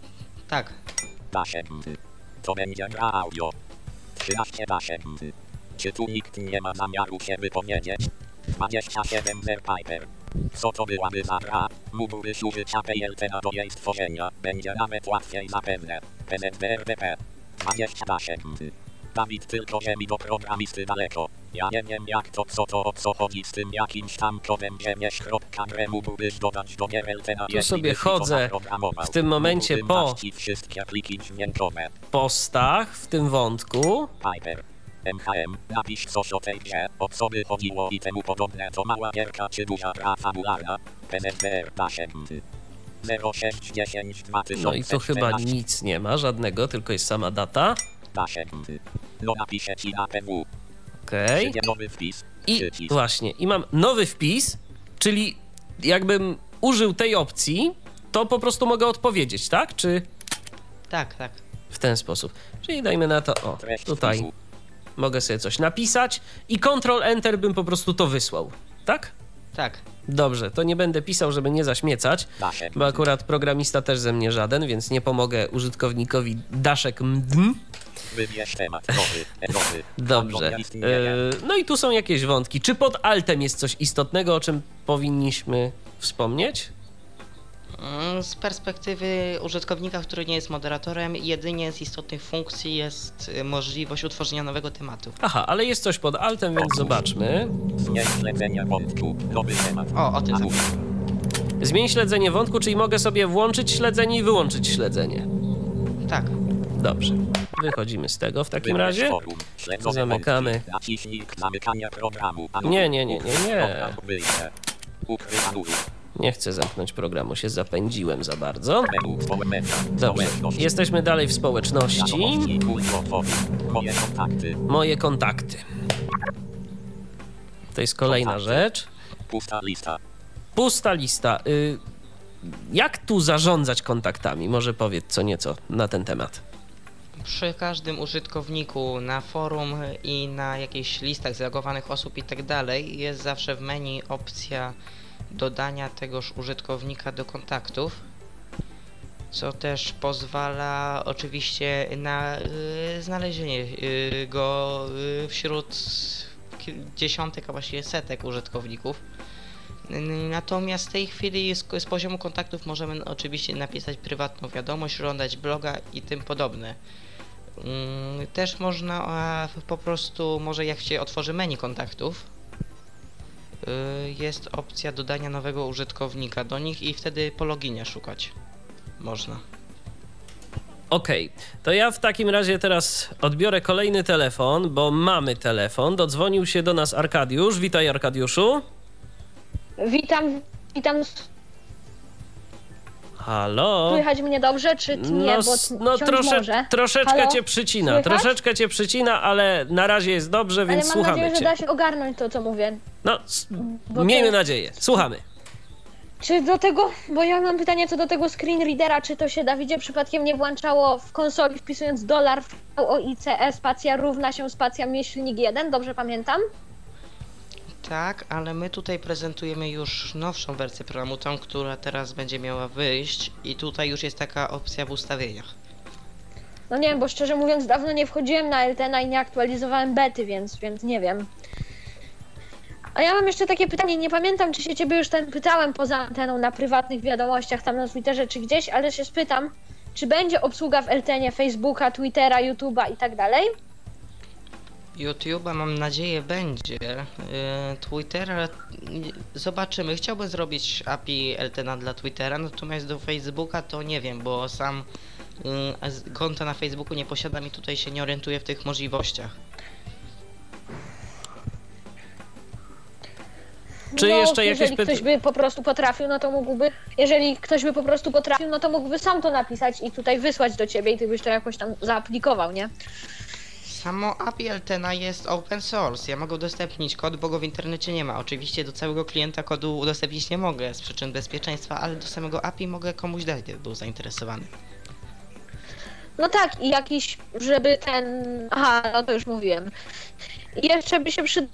Tak. Następny. To będzie gra audio. trzynaście następny. Czy tu nikt nie ma zamiaru się wypowiedzieć? dwadzieścia siedem Zer Piper. Co to byłaby za gra? Mógłbyś użyć A P I Eltena do jej stworzenia. Będzie nawet łatwiej zapewne. P Z B R D P. dwadzieścia następny. Dawid, tylko że mi do programisty daleko. Ja nie wiem jak to, co to, o co chodzi z tym jakimś tam kodem, że wiesz.grę mógłbyś dodać do gier Eltena. Tu sobie chodzę w tym momencie po wszystkie pliki dźwiękowe. postach w tym wątku. Piper. M H M, napisz coś o tej grze, o co by chodziło i temu podobne. To mała gierka czy duża gra fabularna. P Z B R następny. zero sześć dziesięć dwa tysiące No i tu chyba nic nie ma, żadnego, tylko jest sama data. Następny. No napiszę ci na P W. Okej. Przyjdzie nowy wpis. I Przycisk. właśnie, i mam nowy wpis, czyli jakbym użył tej opcji, to po prostu mogę odpowiedzieć, tak? Czy Tak, tak. w ten sposób? Czyli dajmy na to, o, Treść tutaj wpisu. mogę sobie coś napisać i Ctrl Enter bym po prostu to wysłał, tak? Tak. Dobrze, to nie będę pisał, żeby nie zaśmiecać, Następny. bo akurat programista też ze mnie żaden, więc nie pomogę użytkownikowi Daszek Mdm. Wybierz temat nowy. nowy. Dobrze. Nie istnieje. E, No i tu są jakieś wątki. Czy pod altem jest coś istotnego, o czym powinniśmy wspomnieć? Mm, Z perspektywy użytkownika, który nie jest moderatorem, jedynie z istotnych funkcji jest y, możliwość utworzenia nowego tematu. Aha, ale jest coś pod altem, więc zobaczmy. Zmień śledzenie wątku. Nowy temat. O, o tym Anul. Zmień śledzenie wątku, czyli mogę sobie włączyć śledzenie i wyłączyć śledzenie. Tak. Dobrze. Wychodzimy z tego w takim Wybierz razie. forum. Śledzone Zamykamy. wątki. Naciśnij zamykanie programu. Anul. Nie, nie, nie, nie, nie. Wyjście. Ukryj anul. Nie chcę zamknąć programu, się zapędziłem za bardzo. Menu społeczność. Dobrze. Jesteśmy dalej w społeczności. Wiadomości. Ultro. Moje kontakty. Moje kontakty. To jest kolejna Kontakty. rzecz. Pusta lista. Pusta lista. Y, jak tu zarządzać kontaktami? Może powiedz co nieco na ten temat. Przy każdym użytkowniku na forum i na jakichś listach zalogowanych osób i tak dalej jest zawsze w menu opcja dodania tegoż użytkownika do kontaktów, co też pozwala oczywiście na y, znalezienie y, go y, wśród dziesiątek, a właściwie setek użytkowników. Natomiast w tej chwili z, z poziomu kontaktów możemy oczywiście napisać prywatną wiadomość, żądać bloga i tym podobne. Yy, też można a, po prostu, może jak się otworzy menu kontaktów, yy, jest opcja dodania nowego użytkownika do nich i wtedy po loginie szukać można. Okej, okay. To ja w takim razie teraz odbiorę kolejny telefon, bo mamy telefon. Dodzwonił się do nas Arkadiusz. Witaj, Arkadiuszu. Witam, witam. Halo? Słychać mnie dobrze, czy nie? No, bo no trosze, może. troszeczkę Halo? cię przycina, Słychać? troszeczkę cię przycina, ale na razie jest dobrze, więc ale słuchamy mam nadzieję, cię. że da się ogarnąć to, co mówię. No, s- Bo miejmy to- nadzieję. Słuchamy. Czy do tego, bo ja mam pytanie co do tego screen readera, czy to się, Dawidzie, przypadkiem nie włączało w konsoli, wpisując dolar w O I C E spacja równa się spacja myślnik jeden, dobrze pamiętam? Tak, ale my tutaj prezentujemy już nowszą wersję programu, tą, która teraz będzie miała wyjść i tutaj już jest taka opcja w ustawieniach. No nie wiem, bo szczerze mówiąc dawno nie wchodziłem na L T N a i nie aktualizowałem bety, więc, więc nie wiem. A ja mam jeszcze takie pytanie, nie pamiętam, czy się ciebie już ten pytałem poza anteną na prywatnych wiadomościach, tam na Twitterze czy gdzieś, ale się spytam, czy będzie obsługa w L T N ie Facebooka, Twittera, YouTube'a i tak dalej? YouTube'a mam nadzieję będzie. Yy, Twittera nie- zobaczymy. Chciałbym zrobić A P I L T N a dla Twittera, natomiast do Facebooka to nie wiem, bo sam yy, z- konta na Facebooku nie posiadam i tutaj się nie orientuję w tych możliwościach. Czy no, jeszcze jakieś jeżeli pyta- ktoś by po prostu potrafił, no to mógłby, jeżeli ktoś by po prostu potrafił, no to mógłby sam to napisać i tutaj wysłać do ciebie i ty byś to jakoś tam zaaplikował, nie? Samo A P I L T N a jest open source. Ja mogę udostępnić kod, bo go w internecie nie ma. Oczywiście do całego klienta kodu udostępnić nie mogę z przyczyn bezpieczeństwa, ale do samego A P I mogę komuś dać, gdyby był zainteresowany. No tak, i jakiś, żeby ten... Aha, no to już mówiłem. I jeszcze by się przydało...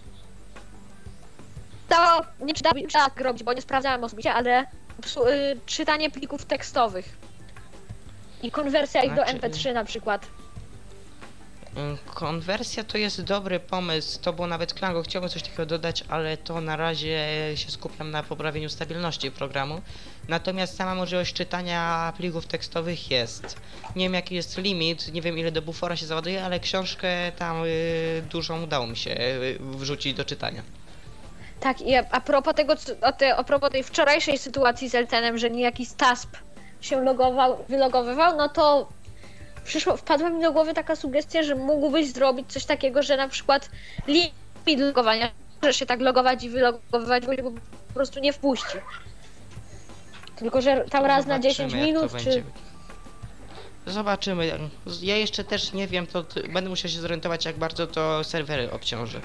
Nie czy da, czy tak robić, bo nie sprawdzałem osobiście, ale psu- y, czytanie plików tekstowych. I konwersja ich do Znaczy- M P trzy na przykład. Ym, Konwersja to jest dobry pomysł, to było nawet Klango, chciałbym coś takiego dodać, ale to na razie się skupiam na poprawieniu stabilności programu. Natomiast sama możliwość czytania plików tekstowych jest. Nie wiem jaki jest limit, nie wiem ile do bufora się załaduje, ale książkę tam y, dużą udało mi się y, wrzucić do czytania. Tak, i a, a propos tego, co- o te, a propos tej wczorajszej sytuacji z L T N em, że niejaki Stasp się logował, wylogowywał, no to przyszło, wpadła mi do głowy taka sugestia, że mógłbyś zrobić coś takiego, że na przykład limit logowania, że się tak logować i wylogowywać, bo się po prostu nie wpuści. Tylko, że tam raz na dziesięć Zobaczymy, jak to minut, będzie. czy... Zobaczymy. Ja jeszcze też nie wiem, to t- będę musiał się zorientować jak bardzo to serwery obciąży.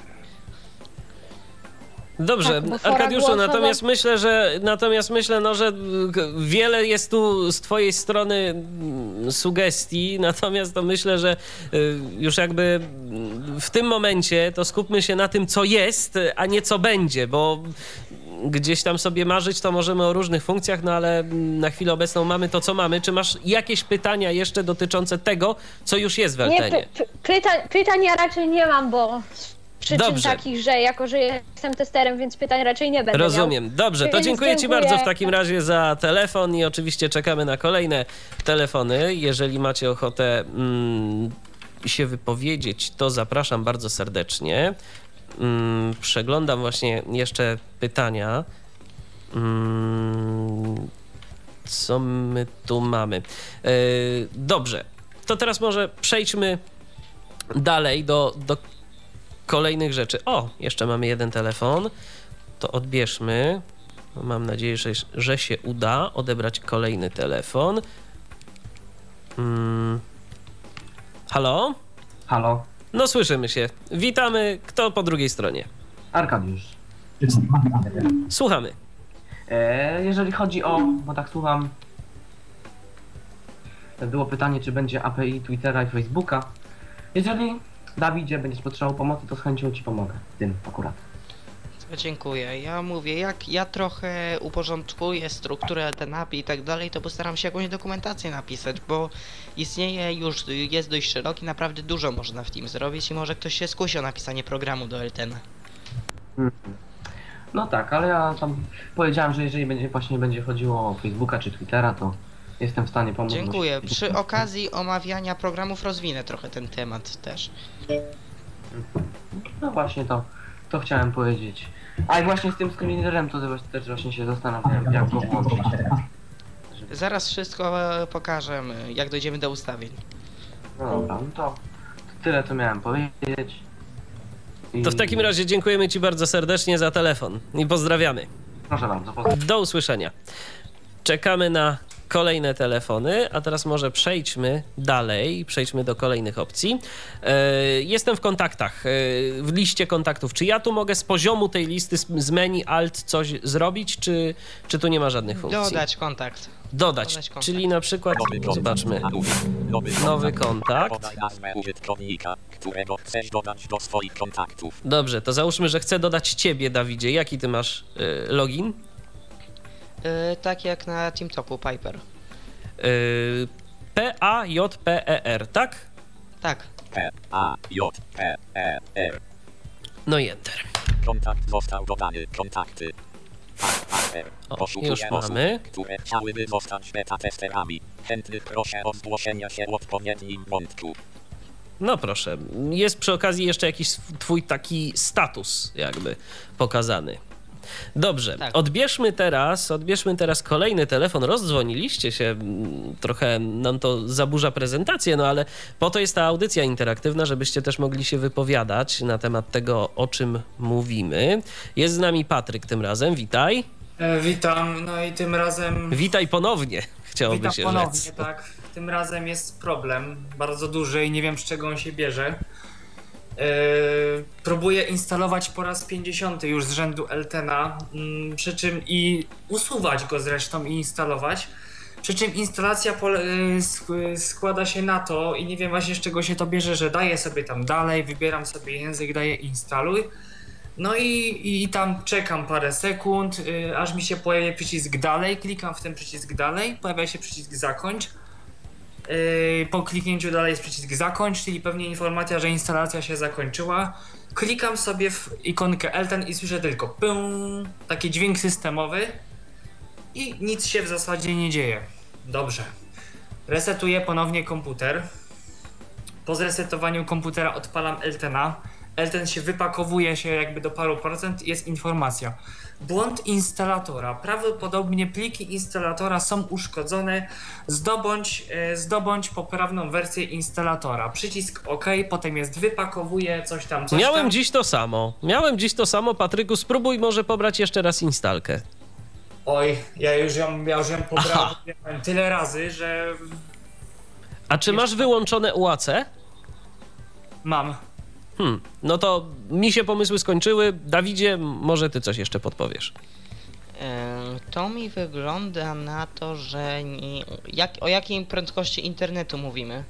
Dobrze, Tak, bo fora Arkadiuszu, głosowa- natomiast myślę, że natomiast myślę, no, że y, wiele jest tu z twojej strony mm, sugestii, natomiast to myślę, że y, już jakby mm, w tym momencie to skupmy się na tym, co jest, a nie co będzie, bo gdzieś tam sobie marzyć to możemy o różnych funkcjach, no ale mm, na chwilę obecną mamy to, co mamy. Czy masz jakieś pytania jeszcze dotyczące tego, co już jest w Nie, Eltenie? py, py, pytań, pytań ja raczej nie mam, bo z przyczyn Dobrze. takich, że jako, że jestem testerem, więc pytań raczej nie będę miał. Rozumiem. Dobrze, to Więc dziękuję Ci dziękuję. bardzo w takim razie za telefon i oczywiście czekamy na kolejne telefony. Jeżeli macie ochotę mm, się wypowiedzieć, to zapraszam bardzo serdecznie. Mm, przeglądam właśnie jeszcze pytania. Mm, co my tu mamy? Yy, dobrze, to teraz może przejdźmy dalej do, do kolejnych rzeczy. O, jeszcze mamy jeden telefon. To odbierzmy. Mam nadzieję, że, że się uda odebrać kolejny telefon. Hmm. Halo? Halo, No słyszymy się. Witamy. Kto po drugiej stronie? Arkadiusz. Słuchamy. E, jeżeli chodzi o, bo tak słucham, było pytanie, czy będzie A P I Twittera i Facebooka. Jeżeli, Dawidzie, będziesz potrzebował pomocy, to z chęcią Ci pomogę w tym akurat. Dziękuję. Ja mówię, jak ja trochę uporządkuję strukturę ten A P I i tak dalej, to postaram się jakąś dokumentację napisać, bo istnieje już, jest dość szeroki, naprawdę dużo można w tym zrobić i może ktoś się skusi o napisanie programu do L T N. Mhm. No tak, ale ja tam powiedziałem, że jeżeli będzie właśnie będzie chodziło o Facebooka czy Twittera, to jestem w stanie pomóc. Dziękuję. Przy okazji omawiania programów rozwinę trochę ten temat też. No właśnie to, to chciałem powiedzieć. A i właśnie z tym screenerem to też właśnie się zastanawiałem, jak go włączyć. Zaraz wszystko e, pokażemy, jak dojdziemy do ustawień. No dobra, no to tyle co miałem powiedzieć. I... To w takim razie dziękujemy Ci bardzo serdecznie za telefon i pozdrawiamy. Proszę bardzo, pozdrawiam. Do usłyszenia. Czekamy na kolejne telefony, a teraz może przejdźmy dalej, przejdźmy do kolejnych opcji. E, jestem w kontaktach, e, w liście kontaktów. Czy ja tu mogę z poziomu tej listy, z, z menu Alt coś zrobić, czy, czy tu nie ma żadnych funkcji? Dodać kontakt. Dodać, Dodać kontakt. czyli na przykład, Nowy kontakt. zobaczmy, Nowy nowy kontakt. Podaj nazwę użytkownika, którego chcesz dodać do swoich kontaktów. Dobrze, to załóżmy, że chcę dodać Ciebie, Dawidzie. Jaki Ty masz e, login? E, tak jak na TeamTalku, Piper. E, P A J P E R, tak? Tak. P, A, J, P, E, R. No i enter. Kontakt został dodany. Kontakty. Piper. O, Poszukuję już osób, mamy. które chciałyby zostać beta testerami. Chętnych proszę o zgłoszenie się w odpowiednim wątku. No proszę, jest przy okazji jeszcze jakiś twój taki status jakby pokazany. Dobrze, Tak. odbierzmy teraz, odbierzmy teraz kolejny telefon. Rozdzwoniliście się, mm, trochę nam to zaburza prezentację, no ale po to jest ta audycja interaktywna, żebyście też mogli się wypowiadać na temat tego, o czym mówimy. Jest z nami Patryk tym razem, witaj. E, witam, no i tym razem... Witaj ponownie, chciałoby Witam się ponownie, rzec. tak. Tym razem jest problem, bardzo duży i nie wiem, z czego on się bierze. Yy, próbuję instalować po raz pięćdziesiąty już z rzędu Eltena, yy, przy czym i usuwać go zresztą i instalować. Przy czym instalacja pole, yy, sk- składa się na to i nie wiem właśnie z czego się to bierze, że daję sobie tam dalej, wybieram sobie język, daję instaluj. No i, i tam czekam parę sekund, yy, aż mi się pojawi przycisk dalej, klikam w ten przycisk dalej, pojawia się przycisk zakończ. Yy, po kliknięciu dalej jest przycisk zakończ, czyli pewnie informacja, że instalacja się zakończyła. Klikam sobie w ikonkę Elten i słyszę tylko pum, taki dźwięk systemowy i nic się w zasadzie nie dzieje. Dobrze. Resetuję ponownie komputer. Po zresetowaniu komputera odpalam Eltena. Elten się wypakowuje się jakby do paru procent i jest informacja. Błąd instalatora. Prawdopodobnie pliki instalatora są uszkodzone. Zdobądź, e, zdobądź poprawną wersję instalatora. Przycisk OK, potem jest wypakowuje coś tam, coś Miałem tam. dziś to samo. Miałem dziś to samo, Patryku. Spróbuj może pobrać jeszcze raz instalkę. Oj, ja już ją, ja już ją pobrałem Aha. tyle razy, że A czy masz wyłączone U A C? mam. Hmm, no to mi się pomysły skończyły. Dawidzie, może ty coś jeszcze podpowiesz. E, to mi wygląda na to, że nie, jak, o jakiej prędkości internetu mówimy?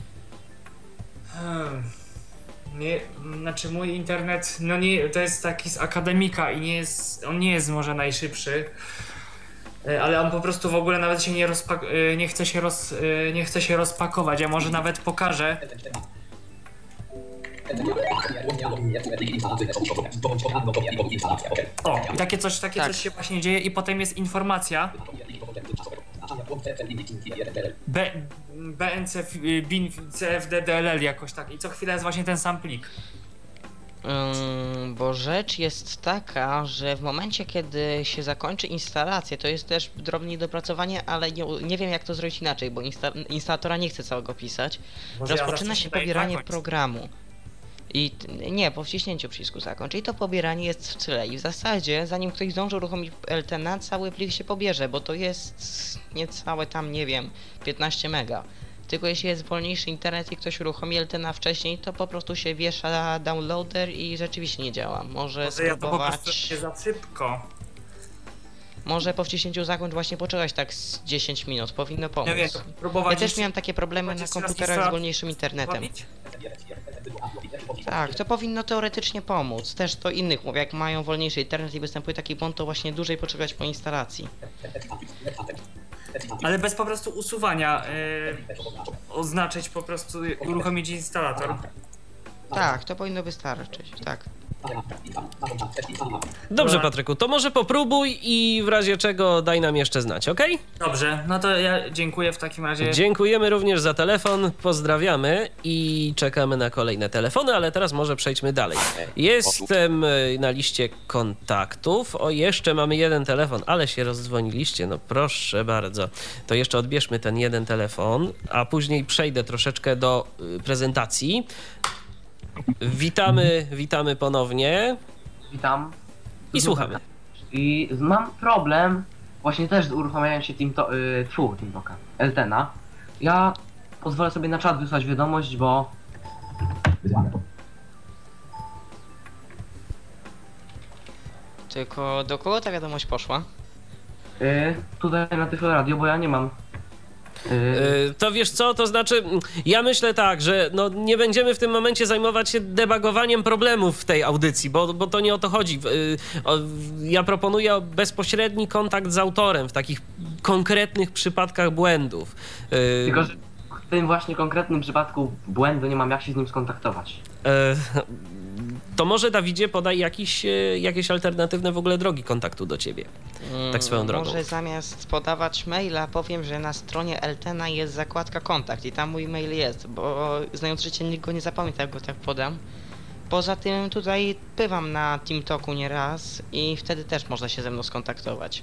Hmm. Nie, znaczy mój internet, no nie, to jest taki z akademika i nie jest, on nie jest może najszybszy, e, ale on po prostu w ogóle nawet się nie rozpak- e, nie chce się roz, e, nie chce się rozpakować, ja może nawet pokażę. O, i takie coś, takie Tak. coś się właśnie dzieje i potem jest informacja B, B N C, B I N C F D D L L jakoś tak i co chwilę jest właśnie ten sam plik. Ym, bo rzecz jest taka, że w momencie, kiedy się zakończy instalacja, to jest też drobne dopracowanie, ale nie, nie wiem jak to zrobić inaczej, bo insta- instalatora nie chcę całego pisać. Może ja Rozpoczyna zawsze się daję pobieranie zakończ. programu. I t- nie, po wciśnięciu przycisku zakończ. I to pobieranie jest w tyle. I w zasadzie, zanim ktoś zdąży uruchomić Eltena, cały plik się pobierze, bo to jest niecałe tam, nie wiem, piętnaście mega. Tylko jeśli jest wolniejszy internet i ktoś uruchomi Eltena wcześniej, to po prostu się wiesza downloader i rzeczywiście nie działa. Może Może ja to po prostu spróbować... nie za szybko. Może po wciśnięciu zakończ właśnie poczekać tak z dziesięć minut, powinno pomóc. Nie wiem, to próbować Ja też jeszcze- miałem takie problemy próbować na jeszcze raz komputerach z instalację wolniejszym internetem. zrobić? Tak, to powinno teoretycznie pomóc. Też to innych mówi, jak mają wolniejszy internet i występuje taki błąd, to właśnie dłużej poczekać po instalacji. Ale bez po prostu usuwania yy, oznaczyć po prostu, uruchomić instalator. Tak, to powinno wystarczyć, tak. Dobrze, Patryku, to może popróbuj i w razie czego daj nam jeszcze znać, ok? Dobrze, no to ja dziękuję w takim razie. Dziękujemy również za telefon, pozdrawiamy i czekamy na kolejne telefony, ale teraz może przejdźmy dalej. Jestem na liście kontaktów. O, jeszcze mamy jeden telefon, ale się rozdzwoniliście, no proszę bardzo. To jeszcze odbierzmy ten jeden telefon, a później przejdę troszeczkę do prezentacji. Witamy, witamy ponownie. Witam. I słuchamy. I mam problem właśnie też z uruchamianiem się Teamto- y, tfu, Teamtalka, Eltena. Ja pozwolę sobie na czat wysłać wiadomość, bo... Tylko do kogo ta wiadomość poszła? Y, tutaj na Tyflo Radio, bo ja nie mam... Yy, to wiesz co, to znaczy ja myślę tak, że no nie będziemy w tym momencie zajmować się debugowaniem problemów w tej audycji, bo, bo to nie o to chodzi. Yy, o, ja proponuję bezpośredni kontakt z autorem w takich konkretnych przypadkach błędów. Yy, Tylko, że w tym właśnie konkretnym przypadku błędu nie mam jak się z nim skontaktować. yy, to może, Dawidzie, podaj jakiś, yy, jakieś alternatywne w ogóle drogi kontaktu do ciebie. Tak swoją drogą. Może zamiast podawać maila powiem, że na stronie Eltena jest zakładka kontakt i tam mój mail jest, bo znając życie nikt go nie zapamięta, jak go tak podam. Poza tym tutaj bywam na TeamTalku nieraz i wtedy też można się ze mną skontaktować.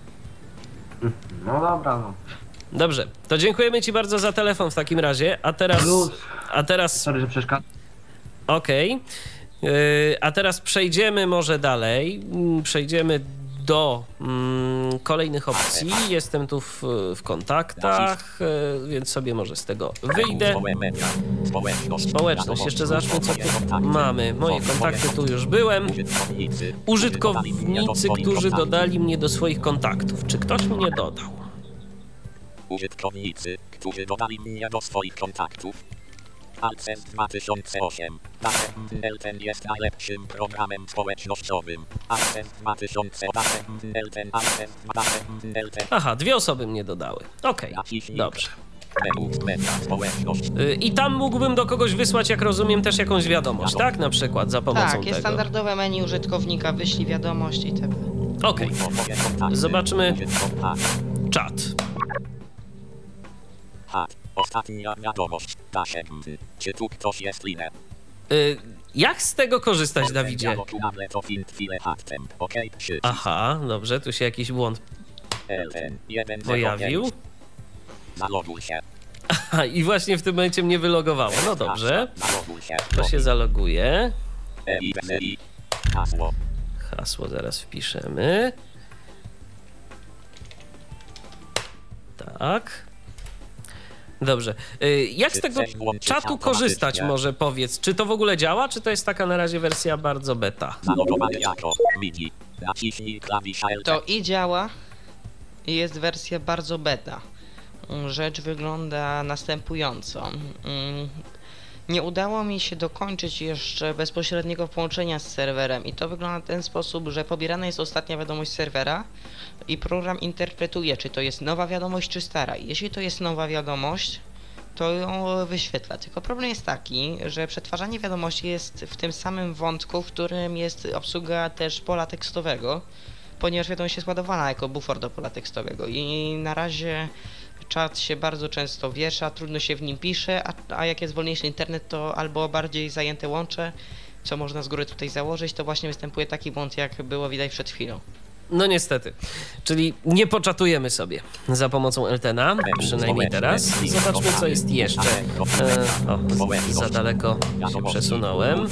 No dobra, no. Dobrze, to dziękujemy ci bardzo za telefon w takim razie, a teraz... Plus. A teraz... Sorry, że przeszkadzam. Okej. Okay. A teraz przejdziemy może dalej. Przejdziemy do mm, kolejnych opcji. Jestem tu w, w kontaktach, więc sobie może z tego wyjdę. Społeczność. Jeszcze zacznę, co tu mamy. Moje kontakty, tu już byłem. Użytkownicy, którzy dodali mnie do swoich kontaktów. Czy ktoś mnie dodał? Użytkownicy, którzy dodali mnie do swoich kontaktów. Alcest dwa tysiące osiem. Elten jest najlepszym programem społecznościowym. Alcest dwa tysiące osiem. Elten, Alcest dwa tysiące Elten. Aha, dwie osoby mnie dodały. Okej, okay, dobrze. I tam mógłbym do kogoś wysłać, jak rozumiem, też jakąś wiadomość, tak? Na przykład za pomocą tego. Tak, jest standardowe menu użytkownika, wyślij wiadomość i itp. Okej, okay. Zobaczmy czat. Ostatnia wiadomość. Czy tu ktoś jest linę? Y, jak z tego korzystać, Dawidzie? Aha, dobrze, tu się jakiś błąd pojawił. Zaloguj się. Aha, i właśnie w tym momencie mnie wylogowało. No dobrze. To się zaloguje. Hasło. Hasło zaraz wpiszemy. Tak. Dobrze. Jak z tego czatu korzystać, może powiedz? Czy to w ogóle działa, czy to jest taka na razie wersja bardzo beta? To i działa, i jest wersja bardzo beta. Rzecz wygląda następująco. Nie udało mi się dokończyć jeszcze bezpośredniego połączenia z serwerem i to wygląda w ten sposób, że pobierana jest ostatnia wiadomość z serwera i program interpretuje, czy to jest nowa wiadomość, czy stara. Jeśli to jest nowa wiadomość, to ją wyświetla. Tylko problem jest taki, że przetwarzanie wiadomości jest w tym samym wątku, w którym jest obsługa też pola tekstowego, ponieważ wiadomość jest ładowana jako bufor do pola tekstowego i na razie czat się bardzo często wiesza, trudno się w nim pisze, a, a jak jest wolniejszy internet, to albo bardziej zajęte łącze, co można z góry tutaj założyć, to właśnie występuje taki błąd, jak było widać przed chwilą. No niestety, czyli nie poczatujemy sobie za pomocą Eltena, przynajmniej teraz. Zobaczmy, co jest jeszcze. E, o, za daleko się przesunąłem.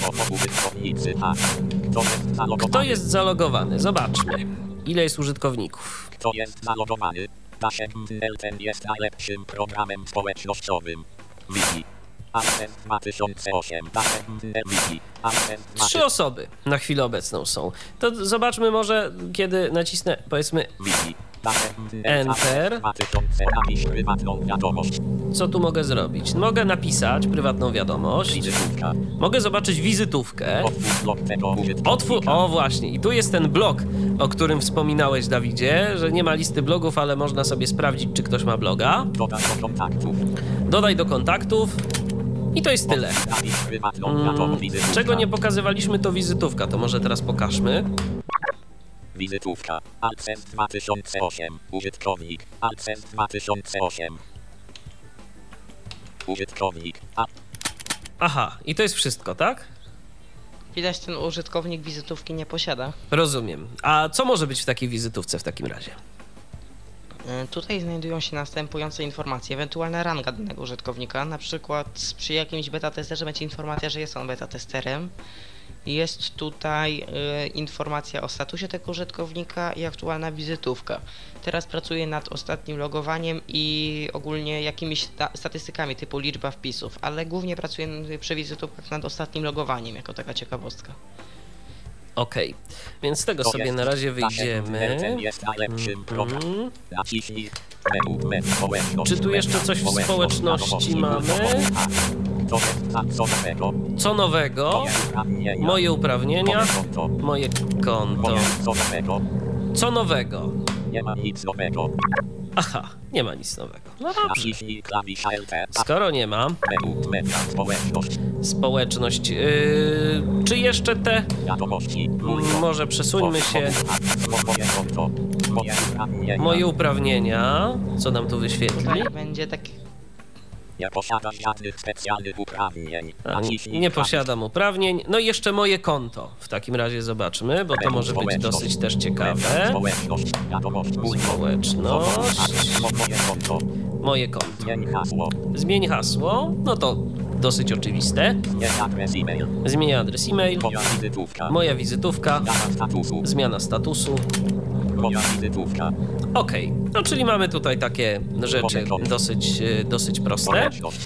Kto jest zalogowany? Zobaczmy. Ile jest użytkowników? Kto jest zalogowany? Elten jest najlepszym programem społecznościowym. Wiki. Alcest dwa tysiące osiem. Wiki. Trzy osoby na chwilę obecną są. To zobaczmy może, kiedy nacisnę, powiedzmy, Enter. co tu mogę zrobić? Mogę napisać prywatną wiadomość. Wizytówka. Mogę zobaczyć wizytówkę. Otwórz blok tego użytkownika. Otwór... O właśnie, i tu jest ten blog, o którym wspominałeś, Dawidzie, że nie ma listy blogów, ale można sobie sprawdzić, czy ktoś ma bloga. Dodaj do kontaktów. Dodaj do kontaktów. I to jest tyle. Odprawić prywatną Mm, wiadomość. Wizytówka. czego nie pokazywaliśmy, to wizytówka. To może teraz pokażmy. Wizytówka. Alcest dwa tysiące osiem. Użytkownik. Alcest dwa tysiące osiem. Użytkownik. A Aha, i to jest wszystko, tak? Widać, ten użytkownik wizytówki nie posiada. Rozumiem. A co może być w takiej wizytówce w takim razie? E, Tutaj znajdują się następujące informacje. Ewentualna ranga danego użytkownika. Na przykład przy jakimś beta testerze będzie informacja, że jest on beta testerem. Jest tutaj e, informacja o statusie tego użytkownika i aktualna wizytówka. Teraz pracuję nad ostatnim logowaniem i ogólnie jakimiś sta statystykami typu liczba wpisów, ale głównie pracuję przy wizytówkach nad ostatnim logowaniem jako taka ciekawostka. Okej, więc z tego to sobie jest na razie zasięg wyjdziemy. Ten jest najlepszym program. Mhm. Naciśnij menu, menu, społeczność, Czy tu jeszcze coś w społeczności mamy? To jest tam co nowego. Co nowego? Moje uprawnienia. Moje uprawnienia, Moje konto. moje konto. Moje co nowego. Co nowego? Nie ma nic nowego. Aha, nie ma nic nowego. No dobrze. Naciśnij klawisz Alt. Skoro nie ma, Menu, menu, społeczność. społeczność, yy, czy jeszcze te, Wiadomości. Mój m, może przesuńmy się, Moje konto. Moje uprawnienia. moje uprawnienia, co nam tu wyświetli? Tutaj będzie tak. Nie posiadasz żadnych specjalnych uprawnień. A, Naciśnij nie klawisz posiadam uprawnień. No i jeszcze moje konto. W takim razie zobaczmy, bo to Menu, może być społeczność. dosyć też Menu, ciekawe. Społeczność. Wiadomość. Mój Społeczność. Moje konto. Moje konto. Zmień hasło. Zmień hasło. No to dosyć oczywiste. Nie adres e-mail. Zmienię adres e-mail. Moja wizytówka. Moja wizytówka. Zmiana statusu. Zmiana statusu. Moja wizytówka. Okej, no czyli mamy tutaj takie rzeczy dosyć, e, dosyć proste. Społeczność.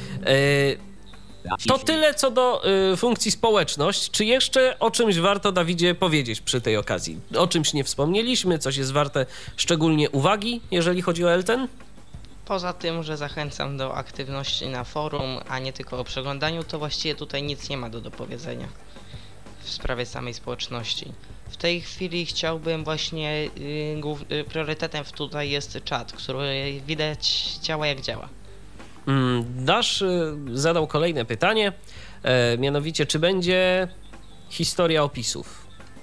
E, To tyle co do y, funkcji społeczność. Czy jeszcze o czymś warto, Dawidzie, powiedzieć przy tej okazji? O czymś nie wspomnieliśmy, coś jest warte szczególnie uwagi, jeżeli chodzi o Elten? Poza tym, że zachęcam do aktywności na forum, a nie tylko o przeglądaniu, to właściwie tutaj nic nie ma do dopowiedzenia w sprawie samej społeczności. W tej chwili chciałbym właśnie, yy, głów, yy, priorytetem tutaj jest czat, który widać działa jak działa. Mm, Dasz y, zadał kolejne pytanie, e, mianowicie czy będzie historia opisów?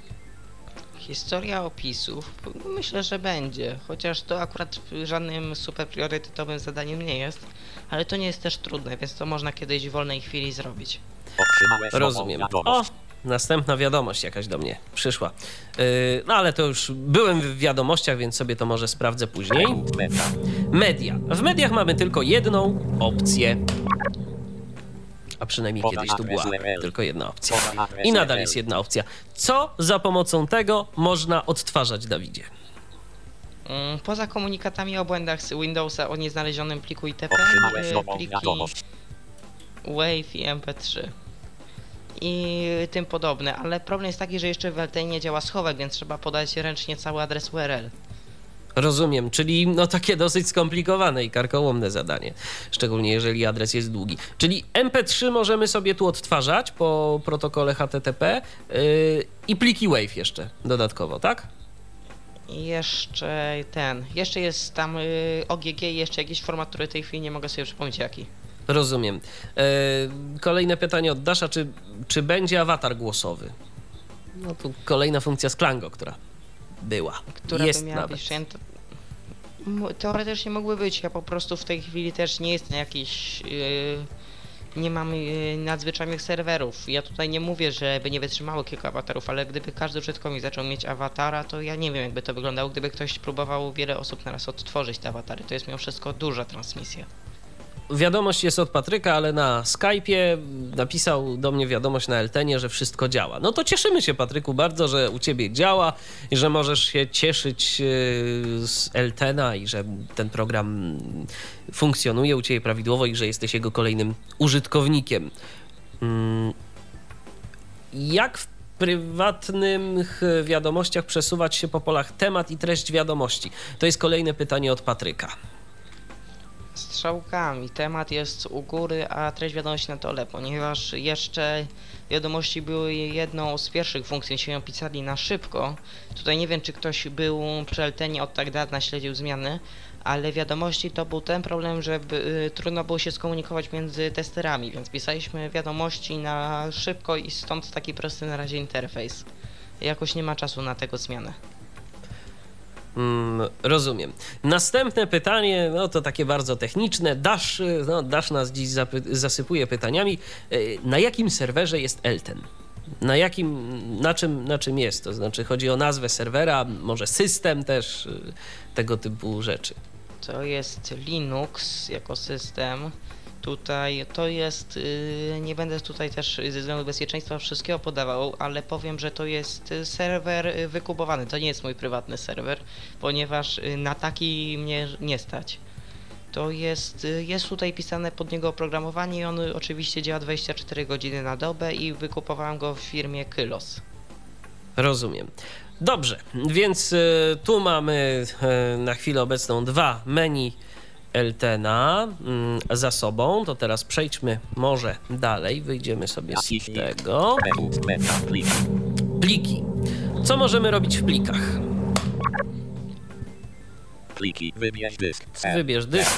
Historia opisów, myślę, że będzie, chociaż to akurat żadnym super priorytetowym zadaniem nie jest, ale to nie jest też trudne, więc to można kiedyś w wolnej chwili zrobić. Otrzymałeś nową Rozumiem. O, wiadomość. następna wiadomość jakaś do mnie przyszła. Yy, no ale to już byłem w wiadomościach, więc sobie to może sprawdzę później. Media. Media. W mediach mamy tylko jedną opcję. A przynajmniej kiedyś tu była tylko jedna opcja. I nadal jest jedna opcja. Co za pomocą tego można odtwarzać, Dawidzie? Mm, Poza komunikatami o błędach z Windowsa o nieznalezionym pliku itp. Otrzymałeś y, nową pliki wiadomość. Wave i em pe trzy i tym podobne, ale problem jest taki, że jeszcze w L T E nie działa schowek, więc trzeba podać ręcznie cały adres U R L. Rozumiem, czyli no takie dosyć skomplikowane i karkołomne zadanie, szczególnie jeżeli adres jest długi. Czyli em pe trzy możemy sobie tu odtwarzać po protokole H T T P yy, i pliki Wave jeszcze dodatkowo, tak? I jeszcze ten, jeszcze jest tam y, O G G i jeszcze jakiś format, który w tej chwili nie mogę sobie przypomnieć jaki. Rozumiem. Yy, kolejne pytanie od Dasza, czy, czy będzie awatar głosowy? No tu kolejna funkcja z Klango, która była, Która jest by miała nawet. być przyjęta. M- Teoretycznie mogły być, ja po prostu w tej chwili też nie jestem jakiś... Yy, nie mam yy, nadzwyczajnych serwerów. Ja tutaj nie mówię, żeby nie wytrzymało kilku awatarów, ale gdyby każdy użytkownik zaczął mieć awatara, to ja nie wiem, jakby to wyglądało, gdyby ktoś próbował wiele osób naraz odtworzyć te awatary. To jest mimo wszystko duża transmisja. Wiadomość jest od Patryka, ale na Skype'ie napisał do mnie wiadomość na Eltenie, że wszystko działa. No to cieszymy się, Patryku, bardzo, że u ciebie działa i że możesz się cieszyć yy, z Eltena i że ten program funkcjonuje u ciebie prawidłowo i że jesteś jego kolejnym użytkownikiem. Mm. Jak w prywatnych wiadomościach przesuwać się po polach temat i treść wiadomości? To jest kolejne pytanie od Patryka. Strzałkami. Temat jest u góry, a treść wiadomości na dole, ponieważ jeszcze wiadomości były jedną z pierwszych funkcji, się ją pisali na szybko. Tutaj nie wiem, czy ktoś był przy Eltenie od tak dawna, śledził zmiany, ale wiadomości to był ten problem, że by, trudno było się skomunikować między testerami, więc pisaliśmy wiadomości na szybko i stąd taki prosty na razie interfejs. Jakoś nie ma czasu na tego zmianę. Mm, rozumiem. Następne pytanie, no to takie bardzo techniczne. Dasz, no, Dasz nas dziś zapy- zasypuje pytaniami. Na jakim serwerze jest Elten? Na jakim, na czym, na czym jest? To znaczy chodzi o nazwę serwera, może system też, tego typu rzeczy. To jest Linux jako system. Tutaj to jest, yy, nie będę tutaj też ze względu bezpieczeństwa wszystkiego podawał, ale powiem, że to jest serwer wykupowany. To nie jest mój prywatny serwer, ponieważ na taki mnie nie stać. To jest, jest tutaj pisane pod niego oprogramowanie i on oczywiście działa dwadzieścia cztery godziny na dobę i wykupowałem go w firmie Kylos. Rozumiem. Dobrze, więc y, tu mamy y, na chwilę obecną dwa menu Eltena y, za sobą. To teraz przejdźmy może dalej, wyjdziemy sobie z tego. Pliki. Co możemy robić w plikach? Pliki, wybierz dysk. Wybierz dysk.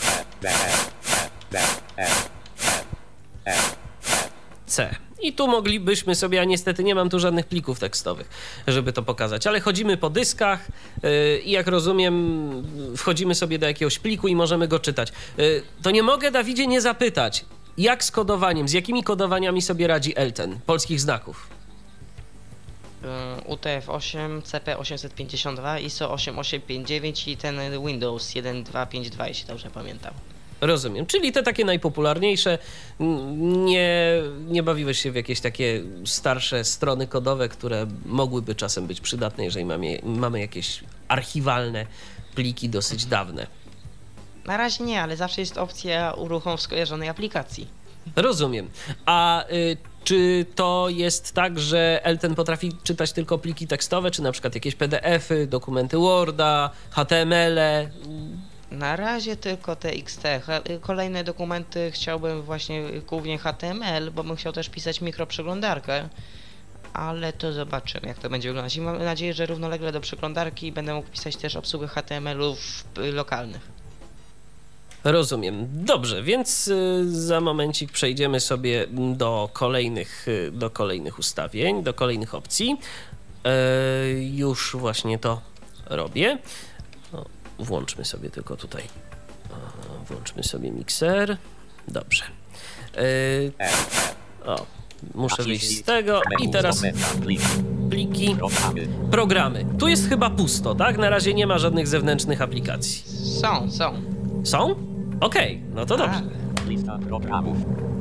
C. I tu moglibyśmy sobie, a niestety nie mam tu żadnych plików tekstowych, żeby to pokazać, ale chodzimy po dyskach yy, i jak rozumiem, wchodzimy sobie do jakiegoś pliku i możemy go czytać. Yy, to nie mogę, Dawidzie, nie zapytać, jak z kodowaniem, z jakimi kodowaniami sobie radzi Elten, polskich znaków? U T F osiem, C P osiemset pięćdziesiąt dwa, I S O osiem osiem pięć dziewięć i ten Windows jeden dwa pięć dwa, jeśli dobrze pamiętam. Rozumiem, czyli te takie najpopularniejsze, nie, nie bawiłeś się w jakieś takie starsze strony kodowe, które mogłyby czasem być przydatne, jeżeli mamy, mamy jakieś archiwalne pliki dosyć dawne. Na razie nie, ale zawsze jest opcja uruchom w skojarzonej aplikacji. Rozumiem. A y, czy to jest tak, że Elten potrafi czytać tylko pliki tekstowe, czy na przykład jakieś P D F-y, dokumenty Worda, H T M L-e? Na razie tylko T X T. Kolejne dokumenty chciałbym właśnie głównie H T M L, bo bym chciał też pisać mikroprzeglądarkę, ale to zobaczymy, jak to będzie wyglądać. I mam nadzieję, że równolegle do przeglądarki będę mógł pisać też obsługę H T M L-ów lokalnych. Rozumiem. Dobrze, więc y, za momencik przejdziemy sobie do kolejnych, y, do kolejnych ustawień, do kolejnych opcji. Y, już właśnie to robię. O, włączmy sobie tylko tutaj. O, włączmy sobie mikser. Dobrze. Y, o, muszę wyjść z tego i teraz pliki, programy. Tu jest chyba pusto, tak? Na razie nie ma żadnych zewnętrznych aplikacji. Są, są. Są? Okej, okay, no to dobrze. Lista programów.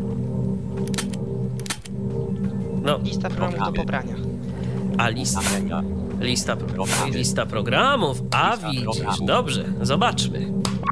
No, Lista programów do pobrania. a lista, lista, pro, lista programów, a widzisz, dobrze, zobaczmy.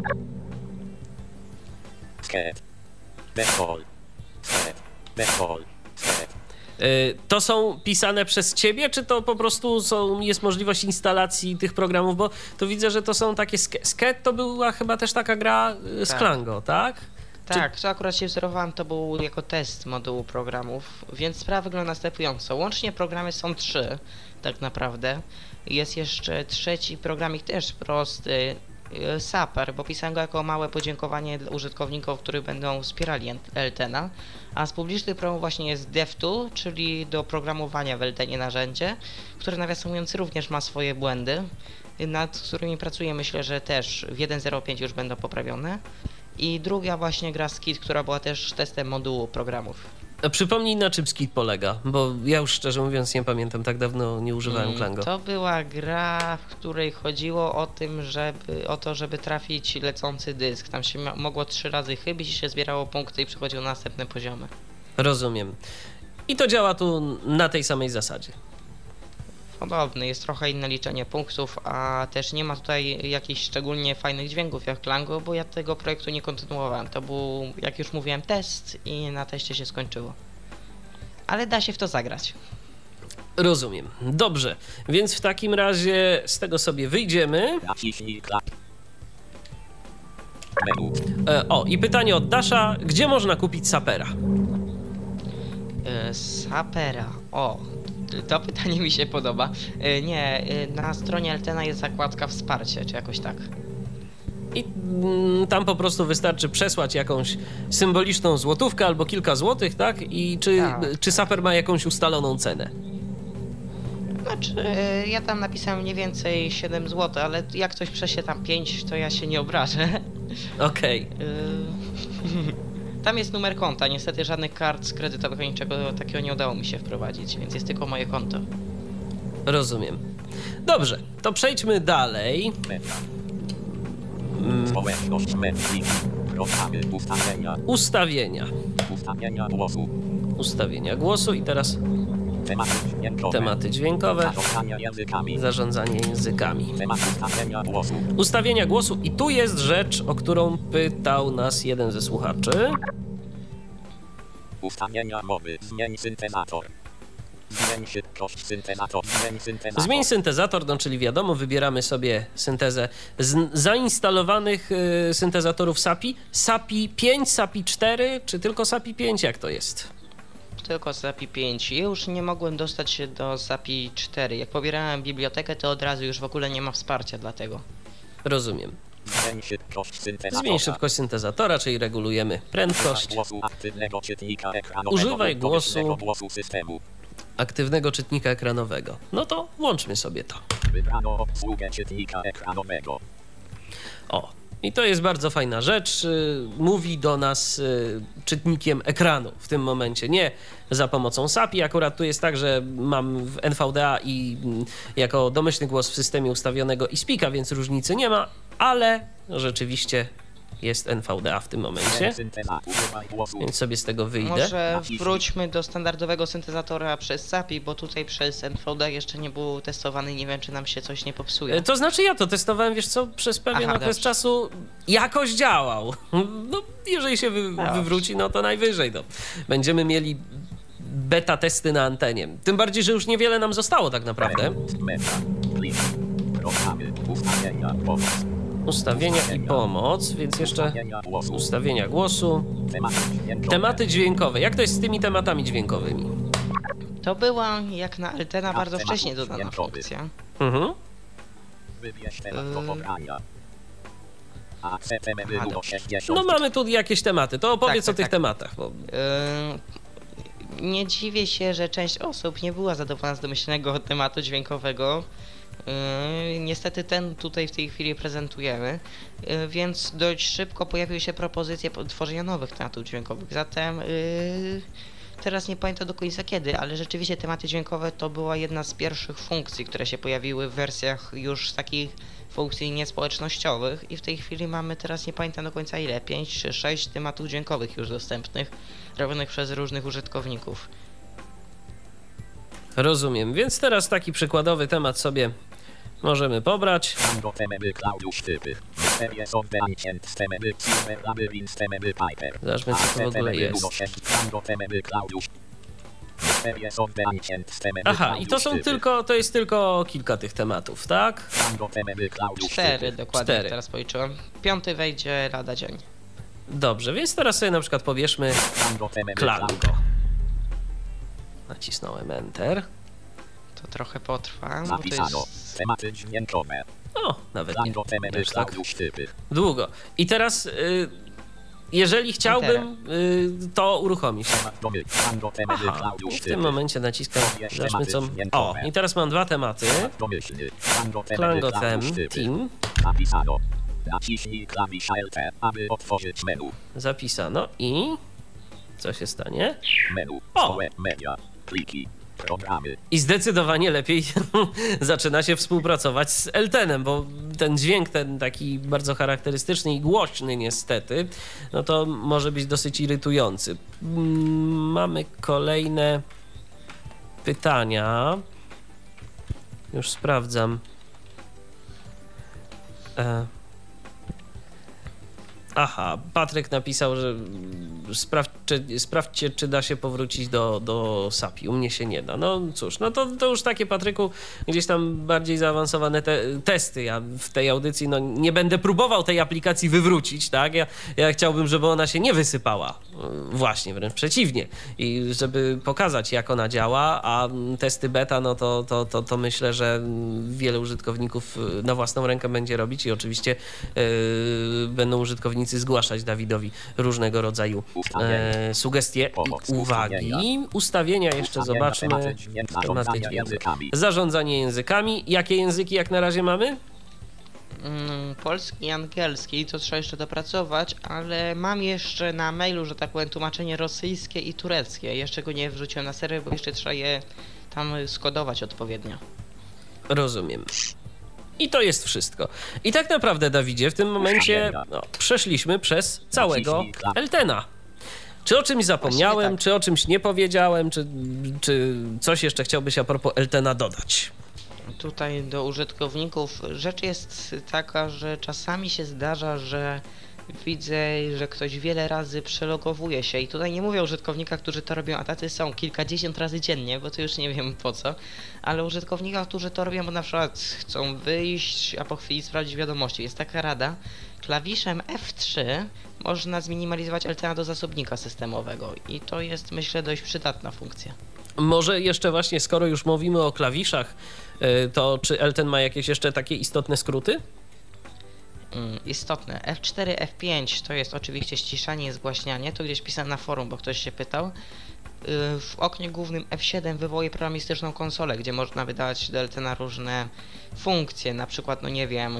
Sket. Befol. Sket. Befol. Sket. Y, to są pisane przez ciebie, czy to po prostu są, jest możliwość instalacji tych programów? Bo to widzę, że to są takie... Sk- Sket to była chyba też taka gra z Tak. Klango, tak? Tak, co akurat się wzorowałem, to był jako test modułu programów, więc sprawa wygląda następująco. Łącznie programy są trzy, tak naprawdę. Jest jeszcze trzeci programik też prosty, y, Sapper, bo pisałem go jako małe podziękowanie dla użytkowników, którzy będą wspierali Eltena. A z publicznych programów właśnie jest DevTool, czyli do programowania w Eltenie narzędzie, które nawiasem mówiąc również ma swoje błędy, nad którymi pracuję, myślę, że też w jeden zero pięć już będą poprawione. I druga właśnie gra Skit, która była też testem modułu programów. A przypomnij, na czym Skit polega, bo ja już szczerze mówiąc nie pamiętam, tak dawno nie używałem Klango. To była gra, w której chodziło o tym, żeby, o to, żeby trafić lecący dysk. Tam się mogło trzy razy chybić i się zbierało punkty i przechodziło na następne poziomy. Rozumiem. I to działa tu na tej samej zasadzie. Podobny, jest trochę inne liczenie punktów, a też nie ma tutaj jakichś szczególnie fajnych dźwięków jak Klango, bo ja tego projektu nie kontynuowałem. To był, jak już mówiłem, test i na teście się skończyło. Ale da się w to zagrać. Rozumiem. Dobrze, więc w takim razie z tego sobie wyjdziemy. Naciśnij klap. Menu. E, o, i pytanie od Dasza, gdzie można kupić sapera? E, Sapera. O, to pytanie mi się podoba. E, Nie, e, na stronie Eltena jest zakładka wsparcie, czy jakoś tak. I mm, tam po prostu wystarczy przesłać jakąś symboliczną złotówkę albo kilka złotych, tak? I czy, Tak. czy saper ma jakąś ustaloną cenę? Znaczy, e, ja tam napisałem mniej więcej siedem złotych, ale jak ktoś przesie tam pięć, to ja się nie obrażę. Okej. E, Tam jest numer konta, niestety żadnych kart kredytowych ani niczego takiego nie udało mi się wprowadzić, więc jest tylko moje konto. Rozumiem. Dobrze, to przejdźmy dalej. Media. Społeczność mediów. Programy ustawienia. Ustawienia. Ustawienia głosu. Ustawienia głosu i teraz Tematy dźwiękowe. tematy dźwiękowe, Zarządzanie językami. zarządzanie językami. Temat ustawienia głosu. Ustawienia głosu i tu jest rzecz, o którą pytał nas jeden ze słuchaczy. Ustawienia mowy. Zmień syntezator. Zmień szybkość syntezator. Zmień syntezator. Zmień syntezator, no czyli wiadomo, wybieramy sobie syntezę z zainstalowanych y, syntezatorów SAPI. SAPI pięć, SAPI cztery, czy tylko SAPI pięć, jak to jest? Tylko SAPI pięć. Ja już nie mogłem dostać się do SAPI cztery. Jak pobierałem bibliotekę, to od razu już w ogóle nie ma wsparcia dla tego. Rozumiem. Zmień szybkość syntezatora. Zmień szybkość syntezatora, czyli regulujemy prędkość Używaj głosu aktywnego czytnika ekranowego. Używaj lub domyślnego głosu- głosu systemu. aktywnego czytnika ekranowego. No to włączmy sobie to. Wybrano obsługę czytnika ekranowego. O, i to jest bardzo fajna rzecz. y, Mówi do nas y, czytnikiem ekranu w tym momencie, nie za pomocą SAPI. Akurat tu jest tak, że mam w N V D A i mm, jako domyślny głos w systemie ustawionego i Speaka, więc różnicy nie ma, ale rzeczywiście jest N V D A w tym momencie, Zmień syntezator. Używaj głosu. więc sobie z tego wyjdę. Może Naciśnij. wróćmy do standardowego syntezatora przez SAPI, bo tutaj przez N V D jeszcze nie był testowany i nie wiem, czy nam się coś nie popsuje. E, To znaczy ja to testowałem, wiesz co, przez pewien Aha, okres dobrze. czasu jakoś działał. No, jeżeli się wy, Dobrze. wywróci, no to najwyżej. No. Będziemy mieli beta testy na antenie. Tym bardziej, że już niewiele nam zostało tak naprawdę. Media. Plik. Programy. Ustawienia. Pomoc. Ustawienia i pomoc, więc jeszcze Ustawienia głosu. ustawienia głosu. Tematy dźwiękowe. Tematy dźwiękowe. Jak to jest z tymi tematami dźwiękowymi? To była, jak na Eltena, A bardzo temat wcześnie dodana dźwiękowy. funkcja. Mhm. Wybierz temat do Yy. pobrania. A C T M Aha, było dobrze. sześćdziesiąt. No mamy tu jakieś tematy, to opowiedz Tak, o tak, tych tak. tematach. Bo... Yy, nie dziwię się, że część osób nie była zadowolona z domyślnego tematu dźwiękowego. Yy, niestety ten tutaj w tej chwili prezentujemy, yy, więc dość szybko pojawiły się propozycje po- tworzenia nowych tematów dźwiękowych. Zatem yy, teraz nie pamiętam do końca kiedy, ale rzeczywiście tematy dźwiękowe to była jedna z pierwszych funkcji, które się pojawiły w wersjach już takich funkcji niespołecznościowych i w tej chwili mamy teraz nie pamiętam do końca ile, pięć czy sześć tematów dźwiękowych już dostępnych, robionych przez różnych użytkowników. Rozumiem, więc teraz taki przykładowy temat sobie możemy pobrać. Tango temeby Klaudiusz typy. Serie są beancient stemeby Silver Labyrinth temeby Piper. Zobaczmy, co to w ogóle jest. Tango temeby Klaudiusz. Serie są beancient stemeby Aha, i to Klaudiusz są typy. tylko, to jest tylko kilka tych tematów, tak? Tango temeby Klaudiusz Cztery typy. dokładnie, Cztery. teraz policzyłem. Piąty wejdzie lada dzień. Dobrze, więc teraz sobie na przykład pobierzmy Tango temeby Klango. Klaudiusz. Nacisnąłem Enter. To trochę potrwa, bo to Zapisano. jest... Tematy dźwiękowe. O, nawet nie, Tango temeby nie aż tak Klaudiusz typy. długo. I teraz, y, jeżeli chciałbym y, to uruchomić. Temat domy. Tango temeby Aha, Klaudiusz i w typy. tym momencie naciskam, Jeszcze zobaczmy co... tematy O, dźwiękowe. i teraz mam dwa tematy. Temat domyślny. Tango temeby Klango Them, Klaudiusz typy. Team, Napisano. Naciśnij klawisz Alt, aby otworzyć menu. zapisano i... Co się stanie? Menu. O! Stole media. Pliki. Programy. I zdecydowanie lepiej zaczyna się współpracować z Eltenem, bo ten dźwięk, ten taki bardzo charakterystyczny i głośny niestety, no to może być dosyć irytujący. Mm, Mamy kolejne pytania. Już sprawdzam. E... Aha, Patryk napisał, że sprawdź, czy jeszcze sprawdźcie, czy da się powrócić do, do S A P I. U mnie się nie da. No cóż, no to, to już takie, Patryku, gdzieś tam bardziej zaawansowane te, testy. Ja w tej audycji no, nie będę próbował tej aplikacji wywrócić, tak? Ja, ja chciałbym, żeby ona się nie wysypała. Właśnie, wręcz przeciwnie. I żeby pokazać, jak ona działa, a testy beta, no to, to, to, to myślę, że wiele użytkowników na własną rękę będzie robić i oczywiście yy, będą użytkownicy zgłaszać Dawidowi różnego rodzaju e, sugestie i uwagi. Ustawienia jeszcze zobaczmy. Tematy dźwięku. Zarządzanie językami. Jakie języki jak na razie mamy? Mm, polski i angielski, to trzeba jeszcze dopracować, ale mam jeszcze na mailu, że tak powiem, tłumaczenie rosyjskie i tureckie. Jeszcze go nie wrzuciłem na serwer, bo jeszcze trzeba je tam skodować odpowiednio. Rozumiem. I to jest wszystko. I tak naprawdę, Dawidzie, w tym momencie no, przeszliśmy przez całego Eltena. Czy o czymś zapomniałem, tak. czy o czymś nie powiedziałem, czy, czy coś jeszcze chciałbyś a propos Eltena dodać? Tutaj do użytkowników rzecz jest taka, że czasami się zdarza, że widzę, że ktoś wiele razy przelogowuje się i tutaj nie mówię o użytkownikach, którzy to robią, a tacy są kilkadziesiąt razy dziennie, bo to już nie wiem po co, ale użytkownikach, którzy to robią, bo na przykład chcą wyjść, a po chwili sprawdzić wiadomości. Jest taka rada, klawiszem F trzy można zminimalizować Eltena do zasobnika systemowego i to jest, myślę, dość przydatna funkcja. Może jeszcze właśnie, skoro już mówimy o klawiszach, to czy Elten ma jakieś jeszcze takie istotne skróty? Mm, istotne. F cztery, F pięć to jest oczywiście ściszanie i zgłaśnianie, to gdzieś pisałem na forum, bo ktoś się pytał. W oknie głównym F siedem wywołuje programistyczną konsolę, gdzie można wydawać do Eltena różne funkcje, na przykład, no nie wiem,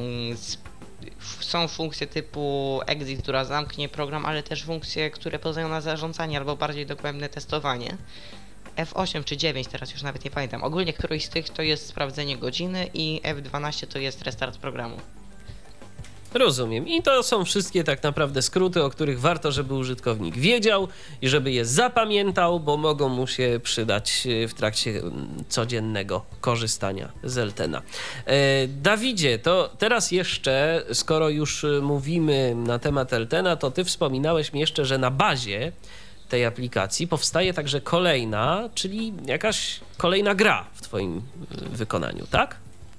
są funkcje typu exit, która zamknie program, ale też funkcje, które pozwalają na zarządzanie albo bardziej dogłębne testowanie. F osiem czy dziewięć, teraz już nawet nie pamiętam. Ogólnie któryś z tych to jest sprawdzenie godziny i F dwanaście to jest restart programu. Rozumiem. I to są wszystkie tak naprawdę skróty, o których warto, żeby użytkownik wiedział i żeby je zapamiętał, bo mogą mu się przydać w trakcie codziennego korzystania z Eltena. E, Dawidzie, to teraz jeszcze, skoro już mówimy na temat Eltena, to ty wspominałeś mi jeszcze, że na bazie tej aplikacji powstaje także kolejna, czyli jakaś kolejna gra w twoim wykonaniu, tak?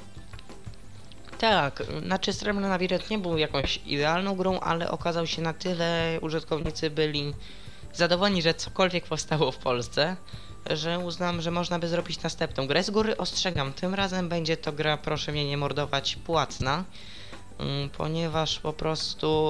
Tak, znaczy Srebrny Labirynt nie był jakąś idealną grą, ale okazał się na tyle, użytkownicy byli zadowoleni, że cokolwiek powstało w Polsce, że uznam, że można by zrobić następną grę. Z góry ostrzegam, tym razem będzie to gra, proszę mnie nie mordować, płatna, ponieważ po prostu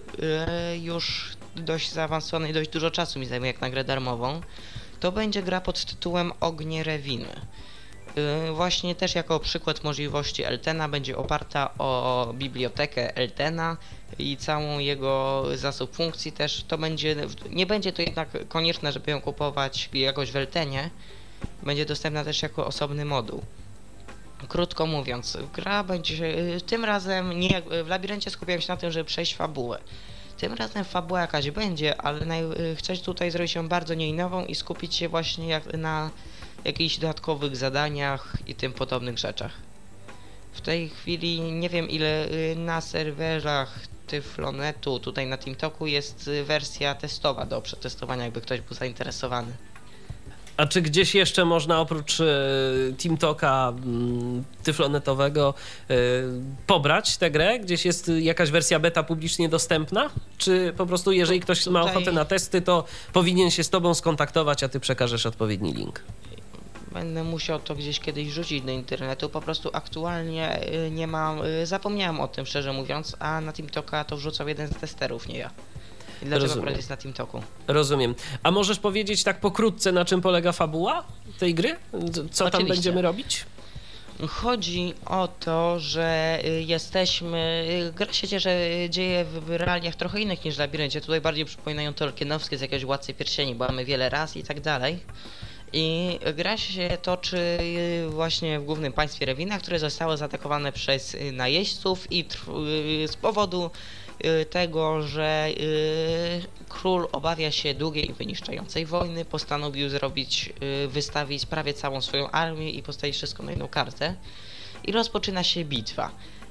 już dość zaawansowana i dość dużo czasu mi zajmuje jak na grę darmową. To będzie gra pod tytułem Ognie Rewiny. Właśnie też jako przykład możliwości Eltena będzie oparta o bibliotekę Eltena i całą jego zasób funkcji też. To będzie, nie będzie to jednak konieczne, żeby ją kupować jakoś w Eltenie. Będzie dostępna też jako osobny moduł. Krótko mówiąc, gra będzie, tym razem nie, w Labiryncie skupiałem się na tym, żeby przejść fabułę. Tym razem fabuła jakaś będzie, ale naj, chcę tutaj zrobić ją bardzo nieinową i skupić się właśnie jak na jakichś dodatkowych zadaniach i tym podobnych rzeczach. W tej chwili nie wiem ile na serwerach Tyflonetu, tutaj na TeamTalku jest wersja testowa do przetestowania, jakby ktoś był zainteresowany. A czy gdzieś jeszcze można oprócz e, TeamTalka m, tyflonetowego e, pobrać tę grę? Gdzieś jest jakaś wersja beta publicznie dostępna? Czy po prostu jeżeli ktoś tutaj ma ochotę na testy, to powinien się z tobą skontaktować, a ty przekażesz odpowiedni link? Będę musiał to gdzieś kiedyś rzucić do internetu, po prostu aktualnie nie mam, zapomniałem o tym szczerze mówiąc, a na TeamTalka to wrzucał jeden z testerów, nie ja. I dlaczego Rozumiem. akurat jest na TeamTalku? Rozumiem. A możesz powiedzieć tak pokrótce, na czym polega fabuła tej gry? Co tam Oczywiście. będziemy robić? Chodzi o to, że jesteśmy, gra się że dzieje w realiach trochę innych niż w Labiryncie, tutaj bardziej przypominają tolkienowskie z jakiegoś Władcy Pierścieni, bo mamy wiele ras i tak dalej. I gra się toczy właśnie w głównym państwie Rewina, które zostało zaatakowane przez najeźdźców i z powodu tego, że król obawia się długiej i wyniszczającej wojny, postanowił zrobić, wystawić prawie całą swoją armię i postawić wszystko na jedną kartę. I rozpoczyna się bitwa.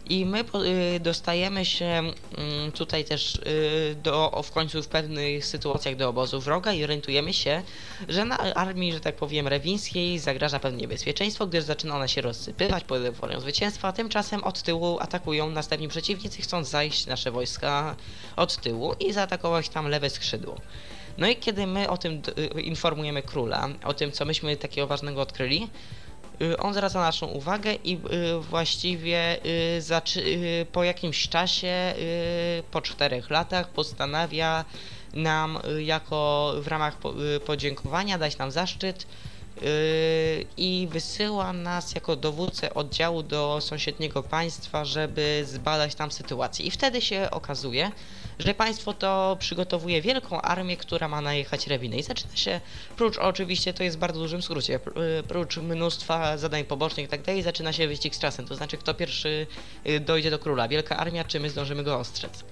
I my y, dostajemy się y, tutaj też y, do, w końcu w pewnych sytuacjach do obozu wroga i orientujemy się, że na armii, że tak powiem, rewińskiej zagraża pewne niebezpieczeństwo, gdyż zaczyna ona się rozsypywać pod euforią zwycięstwa, a tymczasem od tyłu atakują następni przeciwnicy, chcąc zajść nasze wojska od tyłu i zaatakować tam lewe skrzydło. No i kiedy my o tym y, informujemy króla, o tym, co myśmy takiego ważnego odkryli, on zwraca naszą uwagę i y, właściwie y, zaczy, y, po jakimś czasie, y, po czterech latach postanawia nam y, jako w ramach po, y, podziękowania dać nam zaszczyt y, i wysyła nas jako dowódcę oddziału do sąsiedniego państwa, żeby zbadać tam sytuację. I wtedy się okazuje, że państwo to przygotowuje wielką armię, która ma najechać Rewinę. I zaczyna się, prócz oczywiście, to jest w bardzo dużym skrócie, prócz mnóstwa zadań pobocznych i tak dalej, zaczyna się wyścig z czasem. To znaczy, kto pierwszy dojdzie do króla. Wielka armia, czy my zdążymy go ostrzec.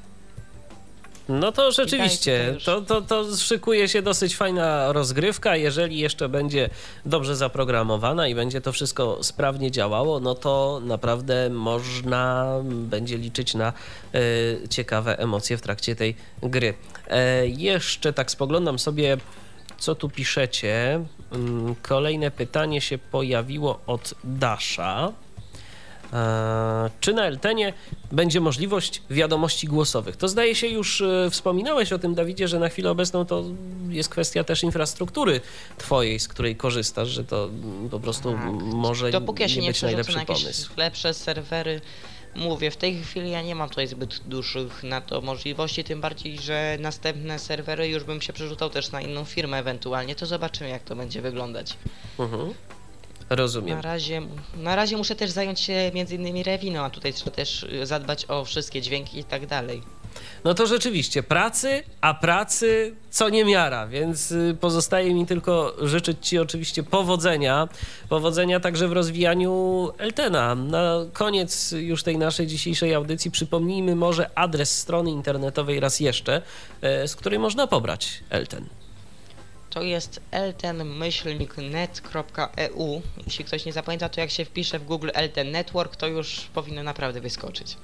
No to rzeczywiście, to, to, to szykuje się dosyć fajna rozgrywka. Jeżeli jeszcze będzie dobrze zaprogramowana i będzie to wszystko sprawnie działało, no to naprawdę można będzie liczyć na e, ciekawe emocje w trakcie tej gry. E, jeszcze tak spoglądam sobie, co tu piszecie. Kolejne pytanie się pojawiło od Dasza. Eee, czy na Eltenie będzie możliwość wiadomości głosowych? To zdaje się już e, wspominałeś o tym, Dawidzie, że na chwilę obecną to jest kwestia też infrastruktury twojej, z której korzystasz, że to m, po prostu Tak. może Dopóki ja się nie nie być przerzucę najlepszy na jakieś pomysł. lepsze serwery, mówię, w tej chwili ja nie mam tutaj zbyt dużych na to możliwości, tym bardziej, że następne serwery już bym się przerzucał też na inną firmę ewentualnie, to zobaczymy, jak to będzie wyglądać. Mhm. Rozumiem. Na razie, na razie muszę też zająć się między innymi Rewiną, a tutaj trzeba też zadbać o wszystkie dźwięki i tak dalej. No to rzeczywiście pracy, a pracy co niemiara, więc pozostaje mi tylko życzyć ci oczywiście powodzenia, powodzenia także w rozwijaniu Eltena. Na koniec już tej naszej dzisiejszej audycji przypomnijmy może adres strony internetowej raz jeszcze, z której można pobrać Elten. To jest elten myślnik net kropka e u. Jeśli ktoś nie zapamięta, to jak się wpisze w Google Elten Network, to już powinno naprawdę wyskoczyć.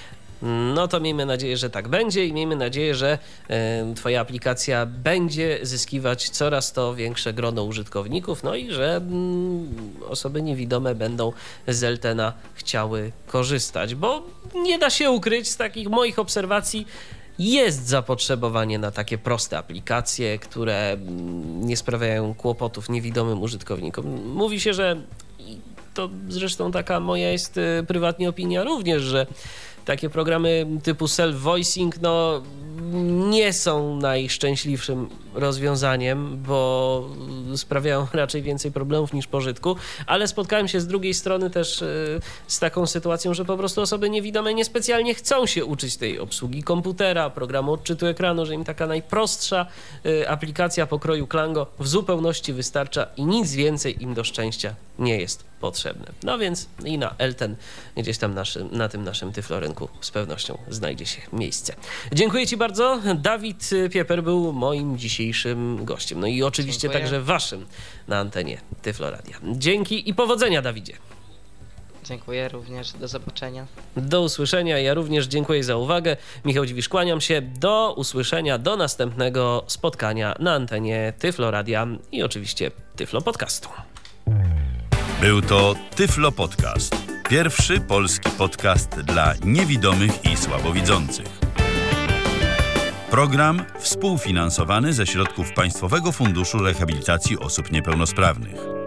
No to miejmy nadzieję, że tak będzie i miejmy nadzieję, że y, twoja aplikacja będzie zyskiwać coraz to większe grono użytkowników, no i że y, osoby niewidome będą z Eltena chciały korzystać, bo nie da się ukryć z takich moich obserwacji, jest zapotrzebowanie na takie proste aplikacje, które nie sprawiają kłopotów niewidomym użytkownikom. Mówi się, że i to zresztą taka moja jest y, prywatnie opinia również, że takie programy typu self-voicing no, nie są najszczęśliwszym rozwiązaniem, bo sprawiają raczej więcej problemów niż pożytku, ale spotkałem się z drugiej strony też y, z taką sytuacją, że po prostu osoby niewidome niespecjalnie chcą się uczyć tej obsługi komputera, programu odczytu ekranu, że im taka najprostsza y, aplikacja pokroju Klango w zupełności wystarcza i nic więcej im do szczęścia nie jest potrzebne. No więc i na Elten gdzieś tam naszym, na tym naszym tyflorynku z pewnością znajdzie się miejsce. Dziękuję ci bardzo. Dawid Pieper był moim dzisiejszym gościem. No i oczywiście Dziękuję. także waszym na antenie Tyfloradia. Dzięki i powodzenia, Dawidzie. Dziękuję również. Do zobaczenia. Do usłyszenia. Ja również dziękuję za uwagę. Michał Dziwisz, kłaniam się. Do usłyszenia, do następnego spotkania na antenie Tyfloradia i oczywiście Tyflo Podcastu. Był to Tyflo Podcast. Pierwszy polski podcast dla niewidomych i słabowidzących. Program współfinansowany ze środków Państwowego Funduszu Rehabilitacji Osób Niepełnosprawnych.